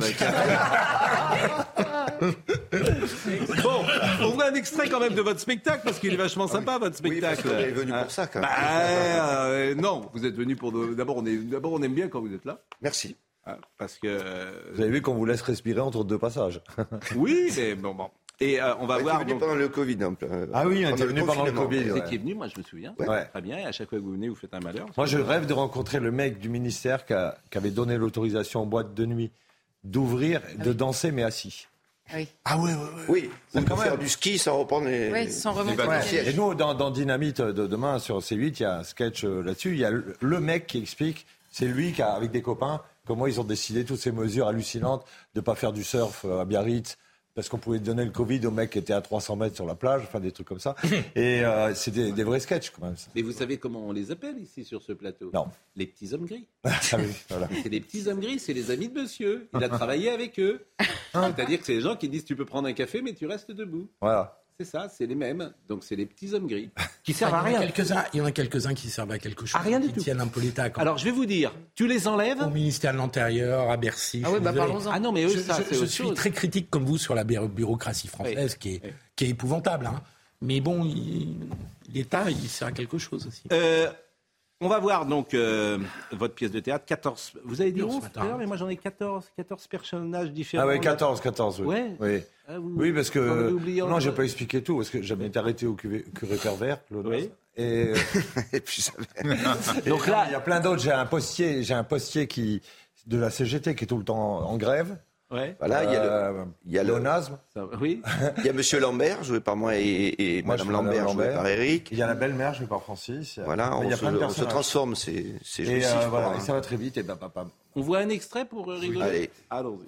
Bon, on voit un extrait quand même de votre spectacle parce qu'il est vachement sympa votre Oui, parce spectacle. qu'on est venu pour ça, quand même. Bah, euh, non, vous êtes venu pour. de- D'abord, on est. D'abord, on aime bien quand vous êtes là. Merci. Hein, parce que. euh, Vous avez vu qu'on vous laisse respirer entre deux passages. Oui, mais bon, bon. Et euh, on va On voir. est venu donc, pendant le Covid. donc, euh, Ah oui, on était le venu pendant le confinement. Covid. vous ouais. étiez venu, moi je me souviens. Ouais. Très bien. Et à chaque fois que vous venez, vous faites un malheur. Moi, je rêve de rencontrer le mec du ministère qui, a- qui avait donné l'autorisation aux boîtes de nuit d'ouvrir, de danser, mais assis. Ah oui. Ah ouais, ouais, ouais. Oui, on peut quand faire même- du ski sans reprendre les... Ouais, sans les remonter bâtons les de siège. Et nous, dans, dans Dynamite de demain sur C huit, il y a un sketch euh, là-dessus. Il y a le, le mec qui explique, c'est lui qui a, avec des copains, comment ils ont décidé toutes ces mesures hallucinantes de ne pas faire du surf euh, à Biarritz parce qu'on pouvait donner le Covid au mec qui était à trois cents mètres sur la plage, enfin des trucs comme ça. Et euh, c'est des, des vrais sketchs quand même. Ça. Mais vous savez comment on les appelle ici sur ce plateau? Non. Les petits hommes gris. Ah oui, voilà. C'est les petits hommes gris, c'est les amis de monsieur. Il a travaillé avec eux. C'est-à-dire que c'est les gens qui disent tu peux prendre un café, mais tu restes debout. Voilà. C'est ça, c'est les mêmes. Donc c'est les petits hommes gris qui Enfin, servent à il y en a rien. quelques-uns- Il y en a quelques-uns qui servent à quelque chose. À rien du qui tout. tiennent un peu l'État. quand Alors je vais vous dire, tu les enlèves. Au ministère de l'Intérieur, à Bercy. Ah je oui, suis bah désolé. parlons-en. Ah non, mais eux, Je, ça, je- c'est je autre suis chose. très critique comme vous sur la bureau- bureaucratie française Oui. qui, est, Oui. qui est épouvantable. hein. Mais bon, il- l'État, il sert à quelque chose aussi. Euh, on va voir donc euh, votre pièce de théâtre. quatorze. Vous avez dit Non, ce onze matin. tout à l'heure, mais moi j'en ai quatorze. quatorze personnages différents. Ah oui, quatorze, quatorze, oui. Ouais. Oui. Ah, vous- Oui, parce vous en avez que. oublié un Non, j'ai peu. pas expliqué tout, parce que j'avais été arrêté au curé, curé pervers, Claude. Oui. Et. Et puis ça... Donc là, il y a plein d'autres. J'ai un postier, j'ai un postier qui, de la C G T qui est tout le temps en grève. Ouais. Voilà, il y a le, Euh, il y a le, Léonasme. Ça- oui. il y a Monsieur Lambert, joué par moi, et, et Moi, Madame je suis Madame Lambert, jouée Lambert. par Eric. Il y a la belle-mère, jouée par Francis. Voilà, Mais on il y a se, plein de on se personnages. transforme, c'est, c'est Et, jouissif. euh, voilà, quoi, et hein. ça va très vite. Et bah, bah, bah. On voit un extrait pour euh, rigoler. Allez. Allons-y.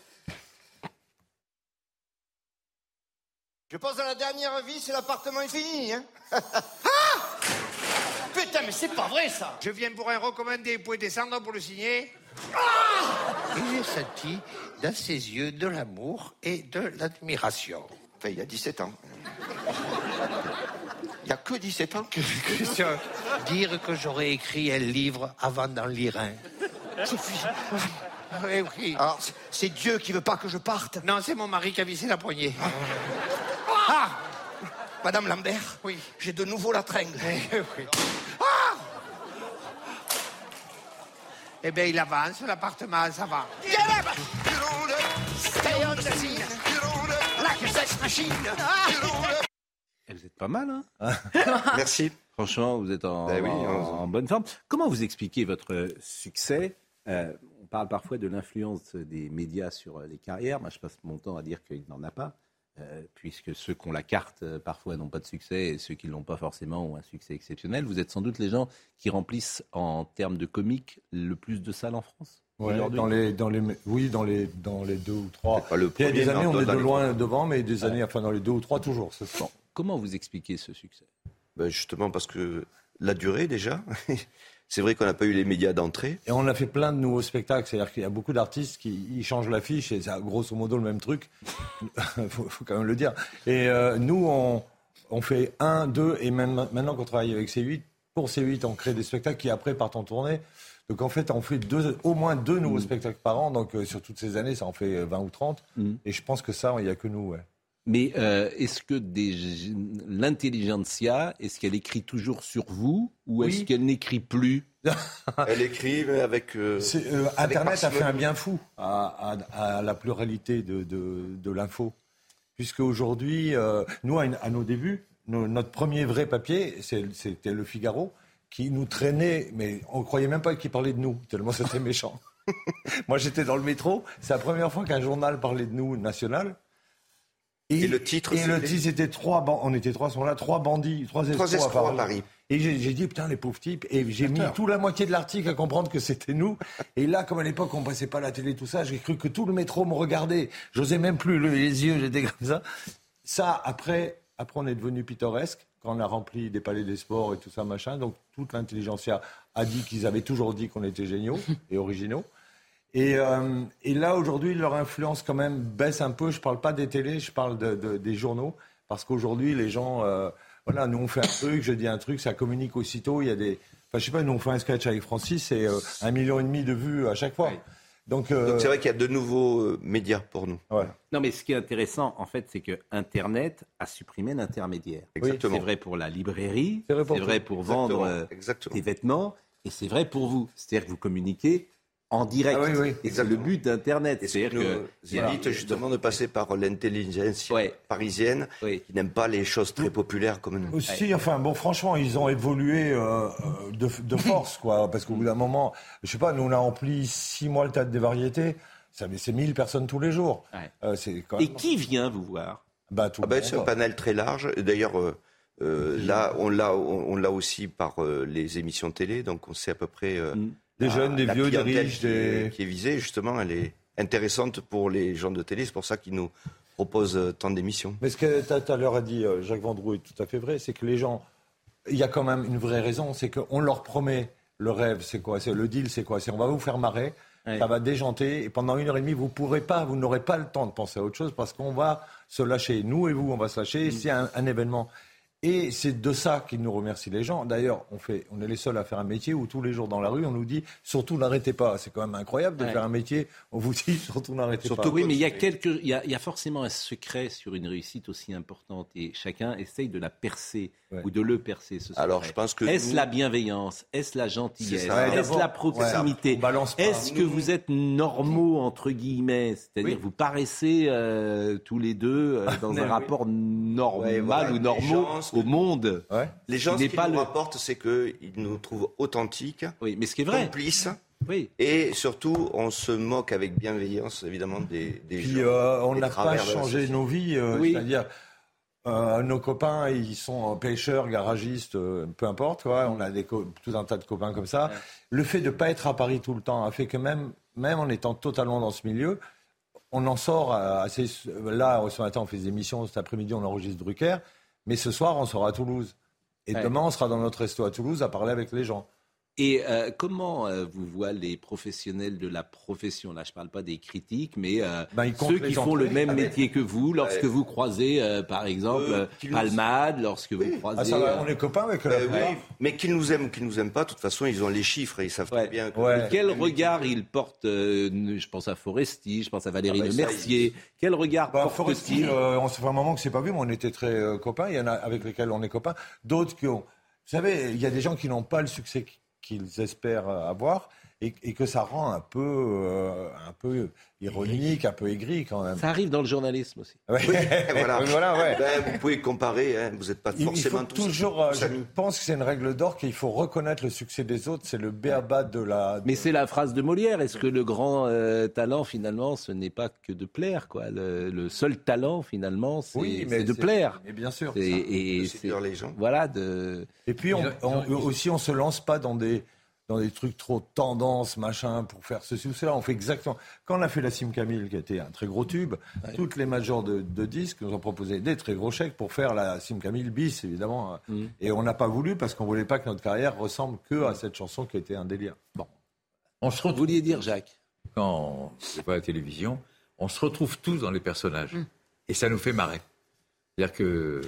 Je pense à la dernière vie, c'est l'appartement est fini, hein. Ah putain, mais c'est pas vrai, ça. Je viens pour un recommandé, vous pouvez descendre pour le signer. Ah et j'ai senti dans ses yeux de l'amour et de l'admiration. Enfin, il y a dix-sept ans. Il n'y a que dix-sept ans que... Christian, dire que j'aurais écrit un livre avant d'en lire un. Je suis... Oui, oui. Alors, c'est Dieu qui veut pas que je parte. Non, c'est mon mari qui a vissé la poignée. Ah Madame Lambert, oui. J'ai de nouveau la tringle. Eh, oui. Ah eh bien, il avance, l'appartement, ça va. Get up! Stay on the scene! Like a sex machine! Et vous êtes pas mal, hein. Merci. Franchement, vous êtes en, Ben oui, en- on- en bonne forme. Comment vous expliquez votre succès? Euh, On parle parfois de l'influence des médias sur les carrières. Moi, je passe mon temps à dire qu'il n'en a pas, euh, puisque ceux qui ont la carte, euh, parfois, n'ont pas de succès, et ceux qui ne l'ont pas forcément ont un succès exceptionnel. Vous êtes sans doute les gens qui remplissent, en termes de comiques, le plus de salles en France. Ouais, aujourd'hui. dans les, dans les, oui, dans les, dans les deux ou trois. C'est pas le Il y a des premier, années, mais on est dans de les loin trois. devant, mais des années, enfin, dans les deux ou trois, toujours. C'est ça. Bon, comment vous expliquez ce succès? Ben justement parce que la durée déjà. C'est vrai qu'on n'a pas eu les médias d'entrée. Et on a fait plein de nouveaux spectacles. C'est-à-dire qu'il y a beaucoup d'artistes qui ils changent l'affiche et c'est grosso modo le même truc. Il faut, faut quand même le dire. Et euh, nous, on, on fait un, deux, et même maintenant qu'on travaille avec C huit, pour C huit, on crée des spectacles qui après partent en tournée. Donc en fait, on fait deux, au moins deux nouveaux mmh. spectacles par an. Donc euh, sur toutes ces années, ça en fait vingt ou trente. Mmh. Et je pense que ça, il n'y a que nous, ouais. Mais euh, est-ce que des, l'intelligentsia, est-ce qu'elle écrit toujours sur vous ou Oui. est-ce qu'elle n'écrit plus? Elle écrit mais avec... Euh, C'est, euh, avec Internet a parcimonie. fait un bien fou à, à, à la pluralité de, de, de l'info. Puisque aujourd'hui, euh, nous, à, à nos débuts, nos, notre premier vrai papier, c'est, c'était Le Figaro, qui nous traînait, mais on ne croyait même pas qu'il parlait de nous, tellement c'était méchant. Moi, j'étais dans le métro, c'est la première fois qu'un journal parlait de nous, national. Et, et le titre, et c'était... le titre, c'était trois, ban- on était trois, sont là, trois bandits, trois escrocs, Trois escrocs à à Paris. Et j'ai, j'ai dit, putain, les pauvres types. Et j'ai mis toute la moitié de l'article à comprendre que c'était nous. Et là, comme à l'époque, on passait pas la télé, tout ça, j'ai cru que tout le métro me regardait. J'osais même plus lever les yeux, j'étais comme ça. Ça, après, après, on est devenu pittoresque, quand on a rempli des palais des sports et tout ça, machin. Donc, toute l'intelligentsia a dit qu'ils avaient toujours dit qu'on était géniaux et originaux. Et, euh, et là, aujourd'hui, leur influence, quand même, baisse un peu. Je parle pas des télés, je parle de, de, des journaux. Parce qu'aujourd'hui, les gens... Euh, Voilà, nous on fait un truc, je dis un truc, ça communique aussitôt. Il y a des, enfin je sais pas, nous on fait un sketch avec Francis, c'est euh, un million et demi de vues à chaque fois. Oui. Donc, euh... Donc c'est vrai qu'il y a de nouveaux euh, médias pour nous. Ouais. Non, mais ce qui est intéressant, en fait, c'est que Internet a supprimé l'intermédiaire. Exactement. C'est vrai pour la librairie, c'est vrai pour, c'est vrai pour vendre euh, des vêtements, et c'est vrai pour vous. C'est-à-dire que vous communiquez en direct. Ah oui, oui, et c'est le but d'Internet. Et C'est-à-dire que que c'est évite justement de passer par l'intelligence ouais. parisienne oui. qui n'aime pas les choses très populaires comme nous. Aussi, ouais. enfin bon, franchement, ils ont évolué euh, de, de force, quoi. Parce qu'au bout d'un moment, je sais pas, nous on a rempli six mois le Théâtre des Variétés. Ça, c'est mille personnes tous les jours. Ouais. Euh, c'est quand même... Et qui vient vous voir? Bah, tout ah bah, le c'est monde, un panel très large. D'ailleurs, euh, euh, là, on l'a, on, on l'a aussi par euh, les émissions télé, donc on sait à peu près. Euh, mm. Des jeunes, des vieux, des riches, qui, des... Est, qui est visée, justement, elle est intéressante pour les gens de télé. C'est pour ça qu'ils nous proposent tant d'émissions. Mais ce que tout à l'heure a dit Jacques Vendroux est tout à fait vrai, c'est que les gens, il y a quand même une vraie raison, c'est qu'on leur promet le rêve, c'est quoi? C'est le deal, c'est quoi? C'est on va vous faire marrer, ouais. Ça va déjanter, et pendant une heure et demie, vous pourrez pas, vous n'aurez pas le temps de penser à autre chose parce qu'on va se lâcher. Nous et vous, on va se lâcher. Mmh. C'est un, un événement. Et c'est de ça qu'ils nous remercient les gens. D'ailleurs, on, fait, on est les seuls à faire un métier où tous les jours dans la rue, on nous dit surtout n'arrêtez pas. C'est quand même incroyable de ouais. faire un métier. On vous dit surtout n'arrêtez surtout, pas. Oui, mais il y a quelques, il y a, il y a forcément un secret sur une réussite aussi importante et chacun essaye de la percer ouais. ou de le percer. Ce Alors, je pense que est-ce nous... la bienveillance? Est-ce la gentillesse? Ouais, est-ce la proximité? Ouais, est-ce que vous êtes normaux entre guillemets? C'est-à-dire oui. vous paraissez euh, tous les deux euh, dans un oui. rapport normal ouais, voilà, ou normaux au monde. Ouais. Les gens, ce qu'ils nous le... rapportent, c'est qu'ils nous trouvent authentiques, oui, mais ce qui est vrai. complices, Oui. Et surtout, on se moque avec bienveillance, évidemment, des, des Puis, gens. euh, on des n'a pas travers de la changé société. nos vies. euh, Oui. C'est-à-dire, euh, nos copains, ils sont pêcheurs, garagistes, euh, peu importe. Quoi. On a des co- tout un tas de copains comme ça. Ouais. Le fait de ne pas être à Paris tout le temps a fait que même, même en étant totalement dans ce milieu, on en sort assez... Là, ce matin, on fait des émissions. Cet après-midi, on enregistre Drucker. Mais ce soir, on sera à Toulouse. Et ouais. demain, on sera dans notre resto à Toulouse à parler avec les gens. Et euh, comment euh, vous voient les professionnels de la profession ? Là, je ne parle pas des critiques, mais euh, ben, ceux qui font le même métier que vous, lorsque ouais. vous croisez, euh, par exemple, euh, Palmade, lorsque vous oui. croisez... Ah, ça va, on est copains avec la euh, oui. Mais qu'ils nous aiment ou qu'ils nous aiment pas, de toute façon, ils ont les chiffres et ils savent ouais. très bien... Que ouais. Quel regard ils portent euh, Je pense à Foresti, je pense à Valérie ah, Le Mercier. Il... Quel regard bah, portent-ils Foresti, euh, on se fait un moment que c'est pas vu, mais on était très euh, copains. Il y en a avec lesquels on est copains. D'autres qui ont... Vous savez, il y a des gens qui n'ont pas le succès qu'ils espèrent avoir et, et que ça rend un peu, euh, un peu ironique, un peu aigri quand même. Ça arrive dans le journalisme aussi. Ouais. Oui, voilà. voilà ouais. Ben, vous pouvez comparer, hein. Vous n'êtes pas forcément il faut toujours. Euh, je pense que c'est une règle d'or qu'il faut reconnaître le succès des autres. C'est le béaba de la. De... Mais c'est la phrase de Molière. Est-ce que le grand euh, talent finalement, ce n'est pas que de plaire, quoi. Le, le seul talent finalement, c'est, oui, c'est de c'est, plaire. Mais bien sûr. C'est, et, de c'est séduire les gens. Voilà. De... Et puis on, on, aussi, on se lance pas dans des. dans des trucs trop tendance, machin, pour faire ceci ou cela. On fait exactement... Quand on a fait la Sim Camille, qui était un très gros tube, ouais. toutes les majors de, de disques nous ont proposé des très gros chèques pour faire la Sim Camille bis, évidemment. Mmh. Et on n'a pas voulu parce qu'on ne voulait pas que notre carrière ressemble que à cette chanson qui était un délire. Bon. On se retrouve... Vous vouliez dire, Jacques ? Quand on voit la télévision, on se retrouve tous dans les personnages. Mmh. Et ça nous fait marrer. C'est-à-dire que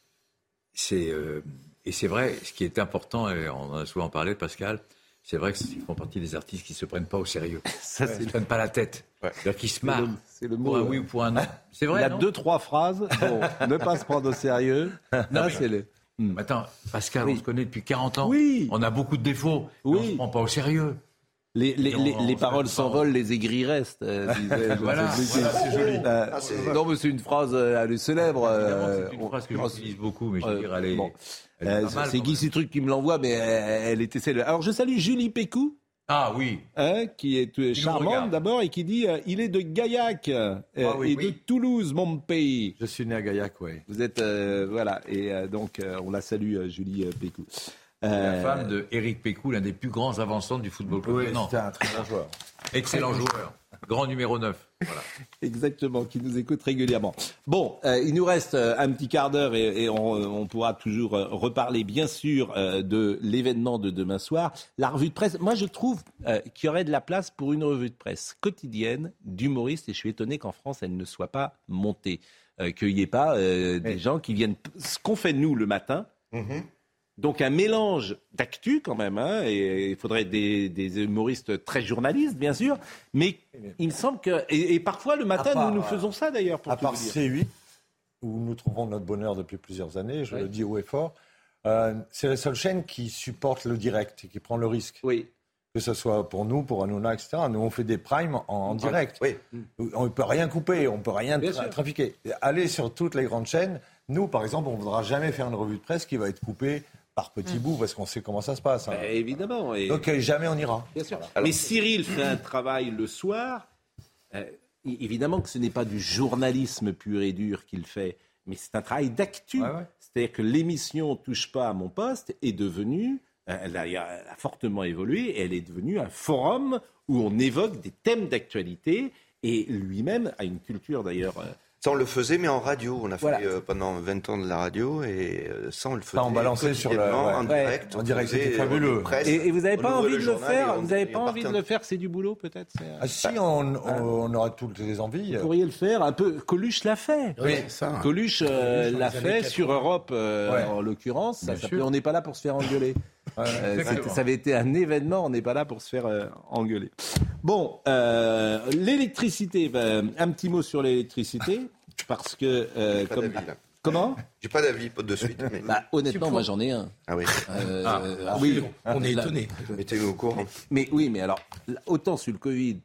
c'est... Euh... Et c'est vrai, ce qui est important, et on en a souvent parlé, Pascal, c'est vrai qu'ils font partie des artistes qui ne se prennent pas au sérieux. Ça, ouais. Ils ne se prennent pas la tête. Ouais. C'est-à-dire qu'ils se marrent. C'est le mot. Pour un oui ou pour un non. C'est vrai. Il y a non deux, trois phrases. Bon, ne pas se prendre au sérieux. Non, Là, mais... c'est le. Hmm. Attends, Pascal, oui. on se connaît depuis quarante ans. Oui. On a beaucoup de défauts. Oui. On ne se prend pas au sérieux. Les, les, on, les, on les paroles s'envolent, les aigris restent. Euh, disait, voilà, voilà c'est joli. Euh, ah, c'est... Non, mais c'est une phrase euh, célèbre. Euh, c'est une phrase que j'utilise beaucoup, mais je veux dire, elle est. Bon. Elle est euh, mal, c'est Guy Citruc qui me l'envoie, mais elle, elle était célèbre. Alors, je salue Julie Pécou. Ah oui. Hein, qui est euh, charmante d'abord et qui dit euh, il est de Gaillac euh, ah, oui, et oui. de Toulouse, mon pays. Je suis né à Gaillac, oui. Vous êtes. Euh, voilà. Et euh, donc, euh, on la salue, euh, Julie Pécou. Euh... La femme de Éric Pécou, l'un des plus grands avanceurs du football club. Oui, c'était un très bon joueur. Excellent joueur. Grand numéro neuf. Voilà. Exactement, qui nous écoute régulièrement. Bon, euh, il nous reste euh, un petit quart d'heure et, et on, on pourra toujours euh, reparler, bien sûr, euh, de l'événement de demain soir. La revue de presse, moi je trouve euh, qu'il y aurait de la place pour une revue de presse quotidienne d'humoristes et je suis étonné qu'en France, elle ne soit pas montée. Euh, qu'il n'y ait pas euh, des gens qui viennent... Ce qu'on fait nous le matin... Mm-hmm. Donc un mélange d'actu quand même, hein, et il faudrait des, des humoristes très journalistes bien sûr, mais il me semble que et, et parfois le matin part, nous nous faisons ça d'ailleurs pour à tout part vous dire. C huit où nous trouvons notre bonheur depuis plusieurs années, je oui. le dis haut et fort, euh, c'est la seule chaîne qui supporte le direct et qui prend le risque. Oui. Que ce soit pour nous, pour Hanouna, et cetera. Nous on fait des primes en, en direct. Oui. On ne peut rien couper, on ne peut rien tra- trafiquer. Allez sur toutes les grandes chaînes. Nous par exemple, on ne voudra jamais faire une revue de presse qui va être coupée par petits mmh. bouts, parce qu'on sait comment ça se passe. Hein. Bah, évidemment. Et... Donc, jamais on ira. Bien sûr. Alors... Mais Cyril fait un travail le soir. Euh, évidemment que ce n'est pas du journalisme pur et dur qu'il fait, mais c'est un travail d'actu. Ouais, ouais. C'est-à-dire que l'émission « Touche pas à mon poste » est devenue, euh, elle, a, elle a fortement évolué, et elle est devenue un forum où on évoque des thèmes d'actualité, et lui-même a une culture d'ailleurs... Euh, Ça, on le faisait, mais en radio. On a voilà. fait euh, pendant vingt ans de la radio, et euh, ça, on le faisait. Ça, on balançait sur le, ouais, en direct. En direct, c'était fabuleux. Presse, et, et vous n'avez pas envie de le faire Vous n'avez pas envie de le faire C'est du boulot, peut-être c'est... Ah si, on, on, on aura toutes les envies. Vous pourriez le faire un peu. Coluche l'a fait. Oui, ça. Coluche euh, l'a fait sur Europe, euh, ouais. en l'occurrence. Ça s'appelait On n'est pas là pour se faire engueuler. Ouais, euh, ça avait été un événement, on n'est pas là pour se faire euh, engueuler. Bon, euh, l'électricité, ben, un petit mot sur l'électricité, parce que... Euh, comme... Comment ? J'ai pas d'avis, pas de suite. Mais... Bah, honnêtement, moi j'en ai un. Ah oui. Euh, ah, ah, oui, on est étonné. Mettez-nous au courant. Mais, mais oui, mais alors, autant sur le Covid,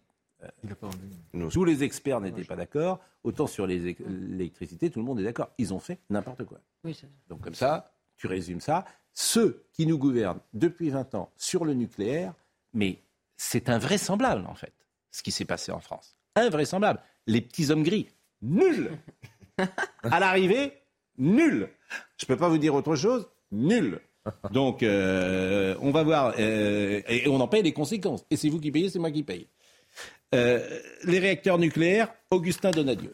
euh, tous les experts n'étaient pas d'accord, autant sur les, l'électricité, tout le monde est d'accord. Ils ont fait n'importe quoi. Oui, c'est... Donc comme ça, tu résumes ça. Ceux qui nous gouvernent depuis vingt ans sur le nucléaire, mais c'est invraisemblable, en fait, ce qui s'est passé en France. Invraisemblable. Les petits hommes gris, nul. À l'arrivée, nul. Je ne peux pas vous dire autre chose, nul. Donc, euh, on va voir. Euh, et on en paye les conséquences. Et c'est vous qui payez, c'est moi qui paye. Euh, les réacteurs nucléaires, Augustin Donadieu.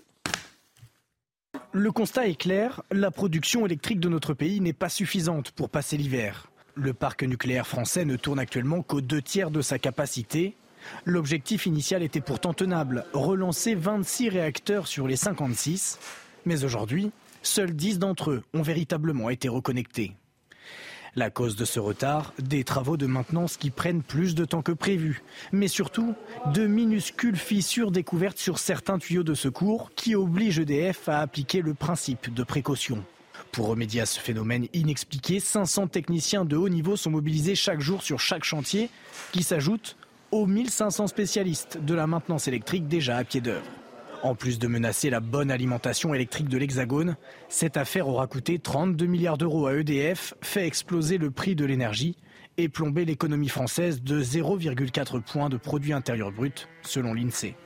Le constat est clair, la production électrique de notre pays n'est pas suffisante pour passer l'hiver. Le parc nucléaire français ne tourne actuellement qu'aux deux tiers de sa capacité. L'objectif initial était pourtant tenable, relancer vingt-six réacteurs sur les cinquante-six. Mais aujourd'hui, seuls dix d'entre eux ont véritablement été reconnectés. La cause de ce retard, des travaux de maintenance qui prennent plus de temps que prévu. Mais surtout, de minuscules fissures découvertes sur certains tuyaux de secours qui obligent E D F à appliquer le principe de précaution. Pour remédier à ce phénomène inexpliqué, cinq cents techniciens de haut niveau sont mobilisés chaque jour sur chaque chantier, qui s'ajoutent aux mille cinq cents spécialistes de la maintenance électrique déjà à pied d'œuvre. En plus de menacer la bonne alimentation électrique de l'Hexagone, cette affaire aura coûté trente-deux milliards d'euros à E D F, fait exploser le prix de l'énergie et plomber l'économie française de zéro virgule quatre points de produit intérieur brut, selon l'INSEE.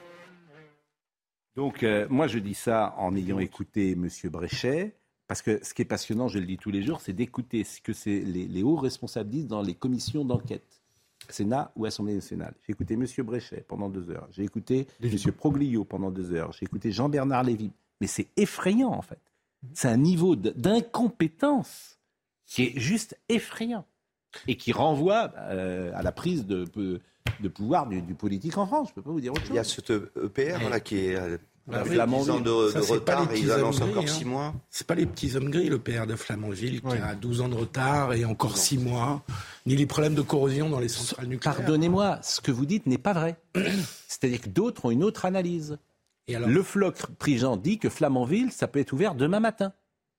Donc, euh, moi, je dis ça en ayant écouté M. Bréchet, parce que ce qui est passionnant, je le dis tous les jours, c'est d'écouter ce que c'est les, les hauts responsables disent dans les commissions d'enquête. Sénat ou Assemblée nationale. J'ai écouté M. Bréchet pendant deux heures. J'ai écouté M. Proglio pendant deux heures. J'ai écouté Jean-Bernard Lévy. Mais c'est effrayant, en fait. C'est un niveau d'incompétence qui est juste effrayant et qui renvoie euh, à la prise de, de pouvoir du, du politique en France. Je ne peux pas vous dire autre chose. Il y a ce E P R là, qui est... Bah avec oui, dix ans de, ça, de retard et ils annoncent encore hein. six mois. C'est pas les petits hommes gris, le P R de Flamanville, oui. qui a douze ans de retard et encore six mois, ni les problèmes de corrosion dans les centrales nucléaires. Pardonnez-moi, ce que vous dites n'est pas vrai. C'est-à-dire que d'autres ont une autre analyse. Et alors le Floc Prigent dit que Flamanville, ça peut être ouvert demain matin.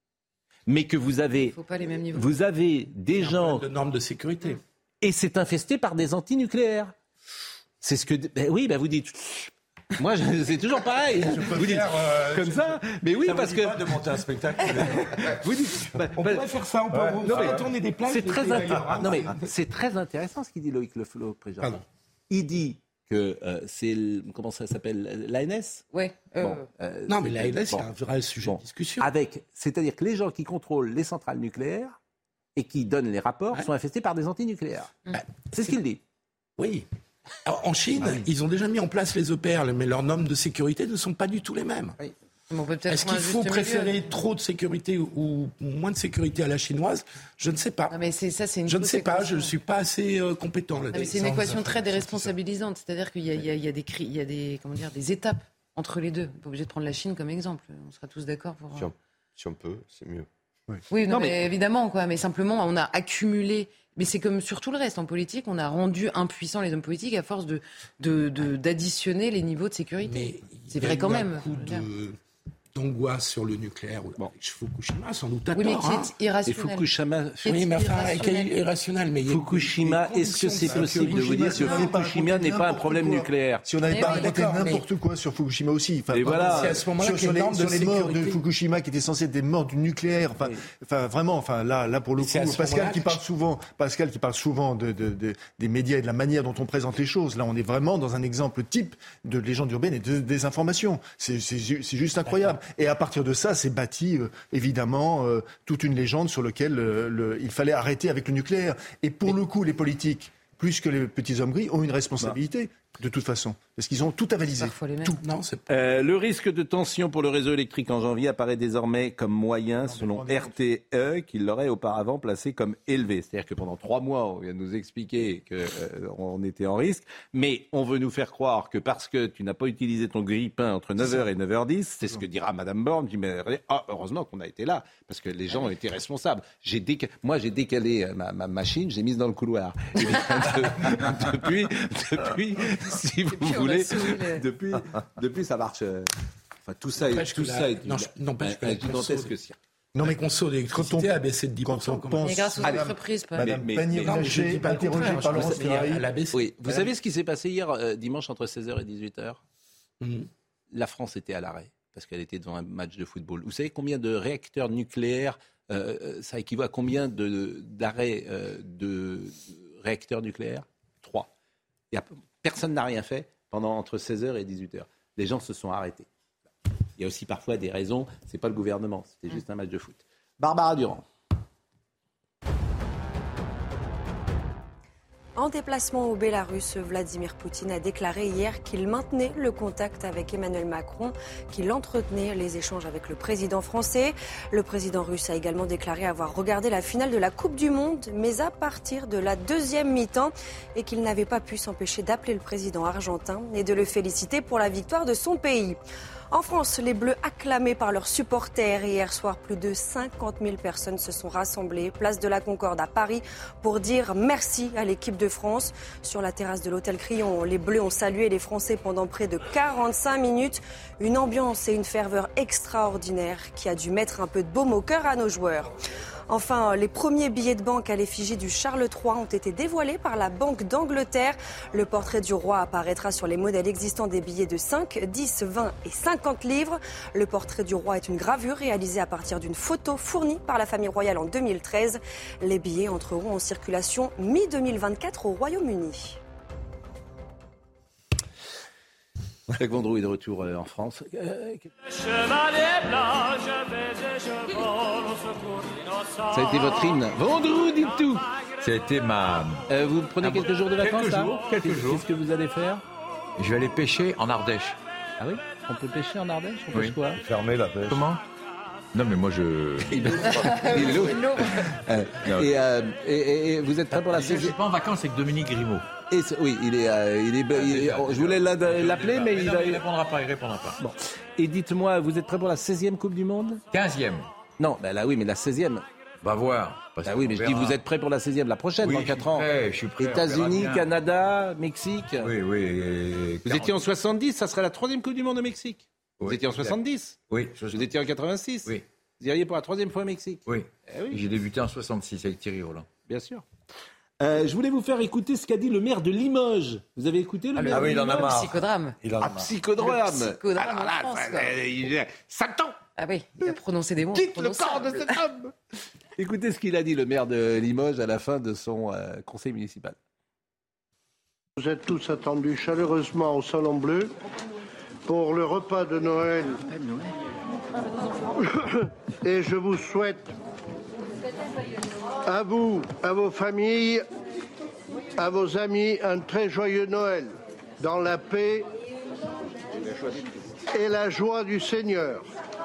Mais que vous avez, faut pas les mêmes niveaux. Vous avez des gens... de normes de sécurité. Et c'est infesté par des antinucléaires. C'est ce que... Ben oui, ben vous dites... Moi, je, c'est toujours pareil. Vous dites euh, comme ça, mais oui, ça parce vous que dit pas de monter un spectacle. Vous dites, bah, on bah, pourrait faire ça, on peut ouais, faire tourner des plages. C'est très int- non mais c'est très intéressant ce qu'il dit Loïc Le Floch, président. Il dit que euh, c'est le, comment ça s'appelle, l'A N S. Ouais. Euh... Bon, euh, non, mais l'A N S, bon. C'est un vrai sujet bon. de discussion. Avec, c'est-à-dire que les gens qui contrôlent les centrales nucléaires et qui donnent les rapports ouais. sont infestés par des antinucléaires. Bah, c'est, c'est ce qu'il dit. Oui. Alors, en Chine, ah oui. ils ont déjà mis en place les E P R, mais leurs normes de sécurité ne sont pas du tout les mêmes. Oui. Bon, Est-ce qu'il faut préférer milieu. trop de sécurité ou moins de sécurité à la chinoise ? Je ne sais pas. Non, mais c'est, ça, c'est une je ne sais pas, je ne suis pas assez euh, compétent là-dessus. C'est une équation très déresponsabilisante, c'est-à-dire qu'il y a, il y a, il y a, des, il y a des, comment dire, des étapes entre les deux. On n'est pas obligé de prendre la Chine comme exemple, on sera tous d'accord pour... Si on, si on peut, c'est mieux. Oui, oui non, non, mais, mais évidemment, quoi. Mais simplement, on a accumulé... Mais c'est comme sur tout le reste en politique, on a rendu impuissants les hommes politiques à force de, de, de, d'additionner les niveaux de sécurité. Mais c'est vrai quand même. De... d'angoisse sur le nucléaire ou bon. Fukushima, sans doute à oui, tort. Mais qui est irrationnel. Et Fukushima, oui, mais enfin, irrationnel. irrationnel mais Fukushima, est-ce que c'est possible de vous dire que Fukushima n'est pas un problème quoi. nucléaire ? Si on n'avait pas raconté n'importe quoi sur Fukushima aussi. Enfin, et voilà. C'est à ce moment-là sur, sur les, sur les morts de Fukushima qui étaient censés être des morts du nucléaire. Enfin, oui. enfin vraiment, enfin là, là pour le coup, Pascal qui parle souvent, Pascal qui parle souvent de, de, de, des médias et de la manière dont on présente les choses. Là, on est vraiment dans un exemple type de légende urbaine et de désinformation. C'est, c'est, c'est juste incroyable. Et à partir de ça, c'est bâti euh, évidemment euh, toute une légende sur laquelle euh, le, il fallait arrêter avec le nucléaire. Et pour le coup, les politiques, plus que les petits hommes gris, ont une responsabilité. Bah. De toute façon, parce qu'ils ont tout avalisé. Tout. Non, c'est pas... euh, le risque de tension pour le réseau électrique en janvier apparaît désormais comme moyen, selon R T E, qui l'aurait auparavant placé comme élevé. C'est-à-dire que pendant trois mois, on vient de nous expliquer qu'on euh, était en risque, mais on veut nous faire croire que parce que tu n'as pas utilisé ton grille-pain entre neuf heures et neuf heures dix, c'est ce que dira Madame Borne, qui me dit ah, heureusement qu'on a été là, parce que les gens ont été responsables. J'ai déca... Moi, j'ai décalé ma, ma machine, j'ai mise dans le couloir. Et de, depuis, depuis, si vous depuis, voulez, depuis, depuis ça marche. Enfin, tout ça, est, tout ça la... est non, une, n'empêche un, un gigantesque cirque. Non, mais conso d'électricité a baissé de dix pour cent. Quand on pense... Mais grâce aux Allez, entreprises, pas. Madame Pannier-Blanchet, interrogée par Laurence Ferrari. Oui, vous savez ce qui s'est passé hier, euh, dimanche, entre seize heures et dix-huit heures mm. La France était à l'arrêt, parce qu'elle était devant un match de football. Vous savez combien de réacteurs nucléaires, euh, ça équivaut à combien de, d'arrêts euh, de réacteurs nucléaires ? Trois. Il y a Personne n'a rien fait pendant entre seize heures et dix-huit heures. Les gens se sont arrêtés. Il y a aussi parfois des raisons, c'est pas le gouvernement, c'était juste un match de foot. Barbara Durand. En déplacement au Bélarus, Vladimir Poutine a déclaré hier qu'il maintenait le contact avec Emmanuel Macron, qu'il entretenait les échanges avec le président français. Le président russe a également déclaré avoir regardé la finale de la Coupe du Monde, mais à partir de la deuxième mi-temps, et qu'il n'avait pas pu s'empêcher d'appeler le président argentin et de le féliciter pour la victoire de son pays. En France, les Bleus acclamés par leurs supporters. Hier soir, plus de cinquante mille personnes se sont rassemblées, place de la Concorde à Paris, pour dire merci à l'équipe de France. Sur la terrasse de l'hôtel Crillon, les Bleus ont salué les Français pendant près de quarante-cinq minutes. Une ambiance et une ferveur extraordinaires qui a dû mettre un peu de baume au cœur à nos joueurs. Enfin, les premiers billets de banque à l'effigie du Charles trois ont été dévoilés par la Banque d'Angleterre. Le portrait du roi apparaîtra sur les modèles existants des billets de cinq, dix, vingt et cinquante livres. Le portrait du roi est une gravure réalisée à partir d'une photo fournie par la famille royale en deux mille treize. Les billets entreront en circulation mi deux mille vingt-quatre au Royaume-Uni. Jacques Vendroux est de retour en France. Euh, Ça a été votre hymne. Vendroux, dites tout. Ça a été ma... Euh, vous prenez ah, quelques jours de vacances Quelques là jours, quelques jours. Qu'est-ce que vous allez faire? Je vais aller pêcher en Ardèche. Ah oui? On peut pêcher en Ardèche? On oui. pêche quoi? Fermer la pêche. Comment? Non, mais moi, je... Il est lourd. Euh, et, euh, et, et, et vous êtes prêt pour la saison? Je ne suis pas en vacances avec Dominique Grimaud. Et oui, il est, euh, il est, il est je voulais l'appeler, mais, mais il, non, il répondra pas, il répondra pas. Bon. Et dites-moi, vous êtes prêt pour la seizième Coupe du Monde? quinzième. Non, ben là oui, mais la seizième. Va voir. Ah oui, mais je dis, vous êtes prêt pour la seizième, la prochaine, oui, dans quatre ans. Prêt, je suis prêt. États-Unis, Canada, Mexique. Oui, oui. Et... Vous étiez en soixante-dix, ça serait la troisième Coupe du Monde au Mexique. Oui, vous étiez en soixante-dix. Oui. Vous étiez en quatre-vingt-six. Oui. Vous iriez pour la troisième fois au Mexique. Oui. Eh oui. J'ai débuté en soixante-six avec Thierry Roland. Bien sûr. Euh, je voulais vous faire écouter ce qu'a dit le maire de Limoges. Vous avez écouté le ah, maire ah de oui, Limoges? Il en a marre. Psychodrame. Il en a ah, marre. psychodrame. Le psychodrame Alors là, en France, ça, il, Satan. Ah oui, il a prononcé des mots. Quitte le corps de cet homme. Écoutez ce qu'il a dit, le maire de Limoges, à la fin de son euh, conseil municipal. Vous êtes tous attendus chaleureusement au Salon Bleu pour le repas de Noël. Et je vous souhaite, à vous, à vos familles, à vos amis, un très joyeux Noël, dans la paix et la joie du Seigneur.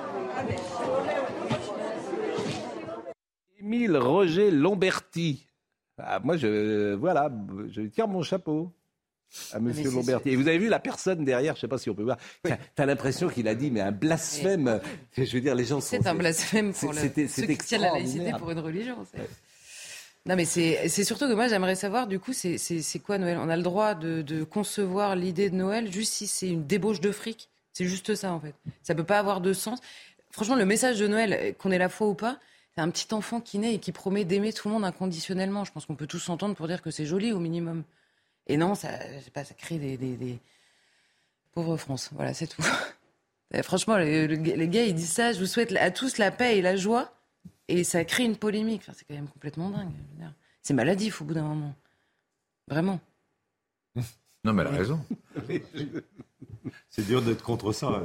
Émile Roger Lomberti. Ah, moi, je, voilà, je tire mon chapeau à Monsieur ah, Lomberti. Et vous avez vu la personne derrière, je ne sais pas si on peut voir. Tu as l'impression qu'il a dit, mais un blasphème. Oui. Je veux dire, les gens sont. C'est un blasphème pour le, c'était, ceux qui tiennent la laïcité pour une religion. C'est... Non, mais c'est, c'est surtout que moi, j'aimerais savoir, du coup, c'est, c'est, c'est quoi Noël? On a le droit de, de concevoir l'idée de Noël juste si c'est une débauche de fric. C'est juste ça, en fait. Ça ne peut pas avoir de sens. Franchement, le message de Noël, qu'on ait la foi ou pas, c'est un petit enfant qui naît et qui promet d'aimer tout le monde inconditionnellement. Je pense qu'on peut tous s'entendre pour dire que c'est joli, au minimum. Et non, ça, je sais pas, ça crée des, des, des... pauvres France. Voilà, c'est tout. Et franchement, les, les gars, ils disent ça. Je vous souhaite à tous la paix et la joie. Et ça crée une polémique. Enfin, c'est quand même complètement dingue. C'est maladif au bout d'un moment. Vraiment. Non, mais elle a raison. C'est dur d'être contre ça.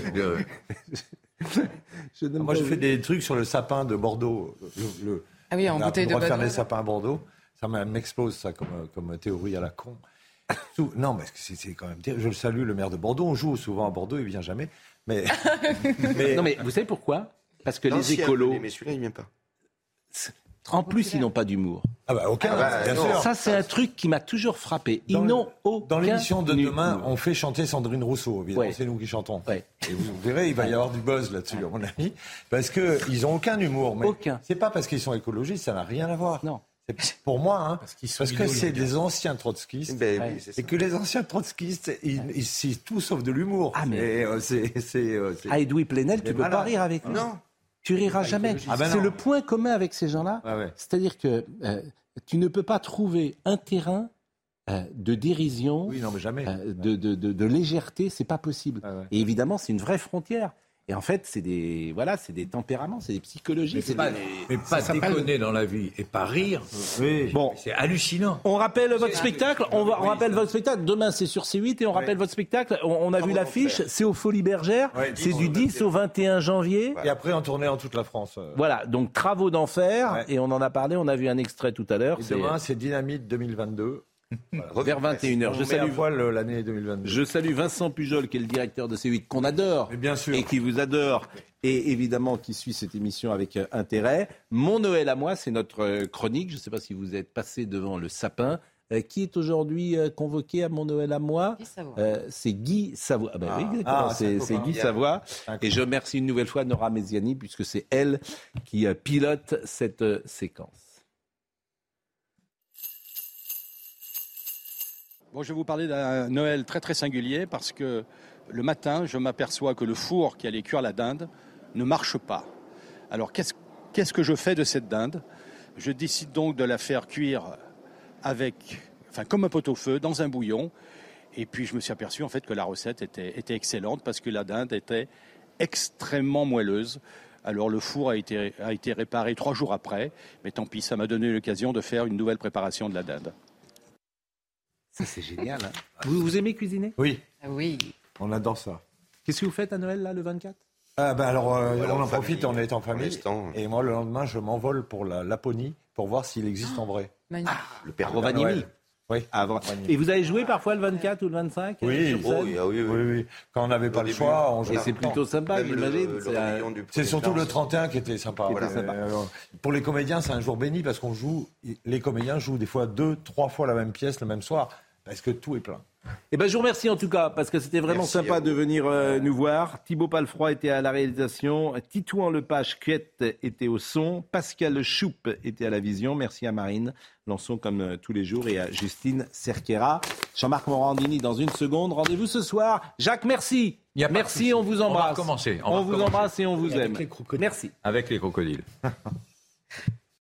je Moi, je fais des trucs sur le sapin de Bordeaux. Le, le, ah oui, en bouteille de faire des sapins à Bordeaux. Ça m'explose, ça, comme, comme théorie à la con. Non, mais c'est, c'est quand même terrible. Je le salue, le maire de Bordeaux. On joue souvent à Bordeaux, il vient jamais. Mais, mais... Non, mais vous savez pourquoi? Parce que non, les si écolos... Mais celui-là, il vient pas. En plus, ils n'ont pas d'humour. Ah bah aucun, ah bah, bien non. sûr. Ça, c'est un truc qui m'a toujours frappé. Ils dans n'ont le, aucun Dans l'émission de demain, humour. On fait chanter Sandrine Rousseau. Évidemment, ouais. C'est nous qui chantons. Ouais. Et vous verrez, il va y avoir du buzz là-dessus, à mon avis. Parce qu'ils n'ont aucun humour. Mais aucun. C'est pas parce qu'ils sont écologistes, ça n'a rien à voir. Non. C'est pour moi, hein, parce, parce que c'est des anciens trotskistes. Ben, oui, et que les anciens trotskistes, ils, ils, c'est tout sauf de l'humour. Ah, mais... Et, euh, c'est, c'est, euh, c'est... Ah, Edoui Plenel, tu ne peux pas rire avec lui. Non. Tu riras jamais. Ah ben c'est le point commun avec ces gens-là. Ah ouais. C'est-à-dire que euh, tu ne peux pas trouver un terrain euh, de dérision, oui, non, mais jamais. Euh, de, de, de, de légèreté, c'est pas possible. Ah ouais. Et évidemment, c'est une vraie frontière. Et en fait, c'est des, voilà, c'est des tempéraments, c'est des psychologies. Mais c'est pas, des... mais pas déconner dans la vie et pas rire. Oui. Bon, c'est hallucinant. On rappelle votre c'est spectacle. On, va, on rappelle votre spectacle. Demain, c'est sur C huit et on rappelle oui. votre spectacle. On, on a Comment vu l'affiche. C'est au Folies Bergère. Ouais, c'est du dix au vingt et un janvier. Et après, en tournée en toute la France. Voilà. Donc, Travaux d'enfer. Ouais. Et on en a parlé. On a vu un extrait tout à l'heure. Et demain, c'est Dynamite deux mille vingt-deux. Voilà, vers vingt et une heures. Je salue, l'année deux mille vingt-deux. Je salue Vincent Pujol, qui est le directeur de C huit, qu'on adore. Mais bien sûr. Et qui vous adore. Et évidemment, qui suit cette émission avec euh, intérêt. Mon Noël à moi, c'est notre euh, chronique. Je ne sais pas si vous êtes passé devant le sapin. Euh, qui est aujourd'hui euh, convoqué à Mon Noël à moi? Guy Savoie. Euh, c'est Guy Savoie. Ah, ben, ah, oui, ah, c'est, c'est Guy Savoie. Et je remercie une nouvelle fois Nora Mesiani, puisque c'est elle qui euh, pilote cette euh, séquence. Bon, je vais vous parler d'un Noël très très singulier parce que le matin, je m'aperçois que le four qui allait cuire la dinde ne marche pas. Alors, qu'est-ce, qu'est-ce que je fais de cette dinde? Je décide donc de la faire cuire avec, enfin, comme un pot-au-feu, dans un bouillon. Et puis, je me suis aperçu en fait que la recette était, était excellente parce que la dinde était extrêmement moelleuse. Alors, le four a été, a été réparé trois jours après. Mais tant pis, ça m'a donné l'occasion de faire une nouvelle préparation de la dinde. Ça, c'est génial. Hein. Vous, vous aimez cuisiner? Oui. Ah oui. On adore ça. Qu'est-ce que vous faites à Noël, là, le vingt-quatre? ah ben alors, euh, voilà, on en profite, famille, on est en famille. Et moi, le lendemain, je m'envole pour la Laponie pour voir s'il existe en vrai. Magnifique. Ah, le Père Rovaniemi. Oui. Ah, et vous avez joué parfois le vingt-quatre ou le vingt-cinq? Oui, oh, oui, oui, oui, oui. Quand on n'avait pas le choix, on jouait. Et c'est plutôt sympa, j'imagine. C'est, un... c'est surtout le trente et un qui était sympa. Qui voilà. était sympa. Euh, pour les comédiens, c'est un jour béni parce qu'on joue. Les comédiens jouent des fois deux, trois fois la même pièce le même soir parce que tout est plein. Eh ben, je vous remercie en tout cas, parce que c'était vraiment Merci sympa de venir euh, nous voir. Thibaut Palfroy était à la réalisation, Titouan Lepage Cuette était au son, Pascal Choup était à la vision. Merci à Marine Lançon comme euh, tous les jours et à Justine Cerquera. Jean-Marc Morandini dans une seconde. Rendez-vous ce soir. Jacques, merci. Merci, on vous embrasse. On va recommencer. On, on va vous recommencer. embrasse et on vous et aime. Merci. Avec les crocodiles.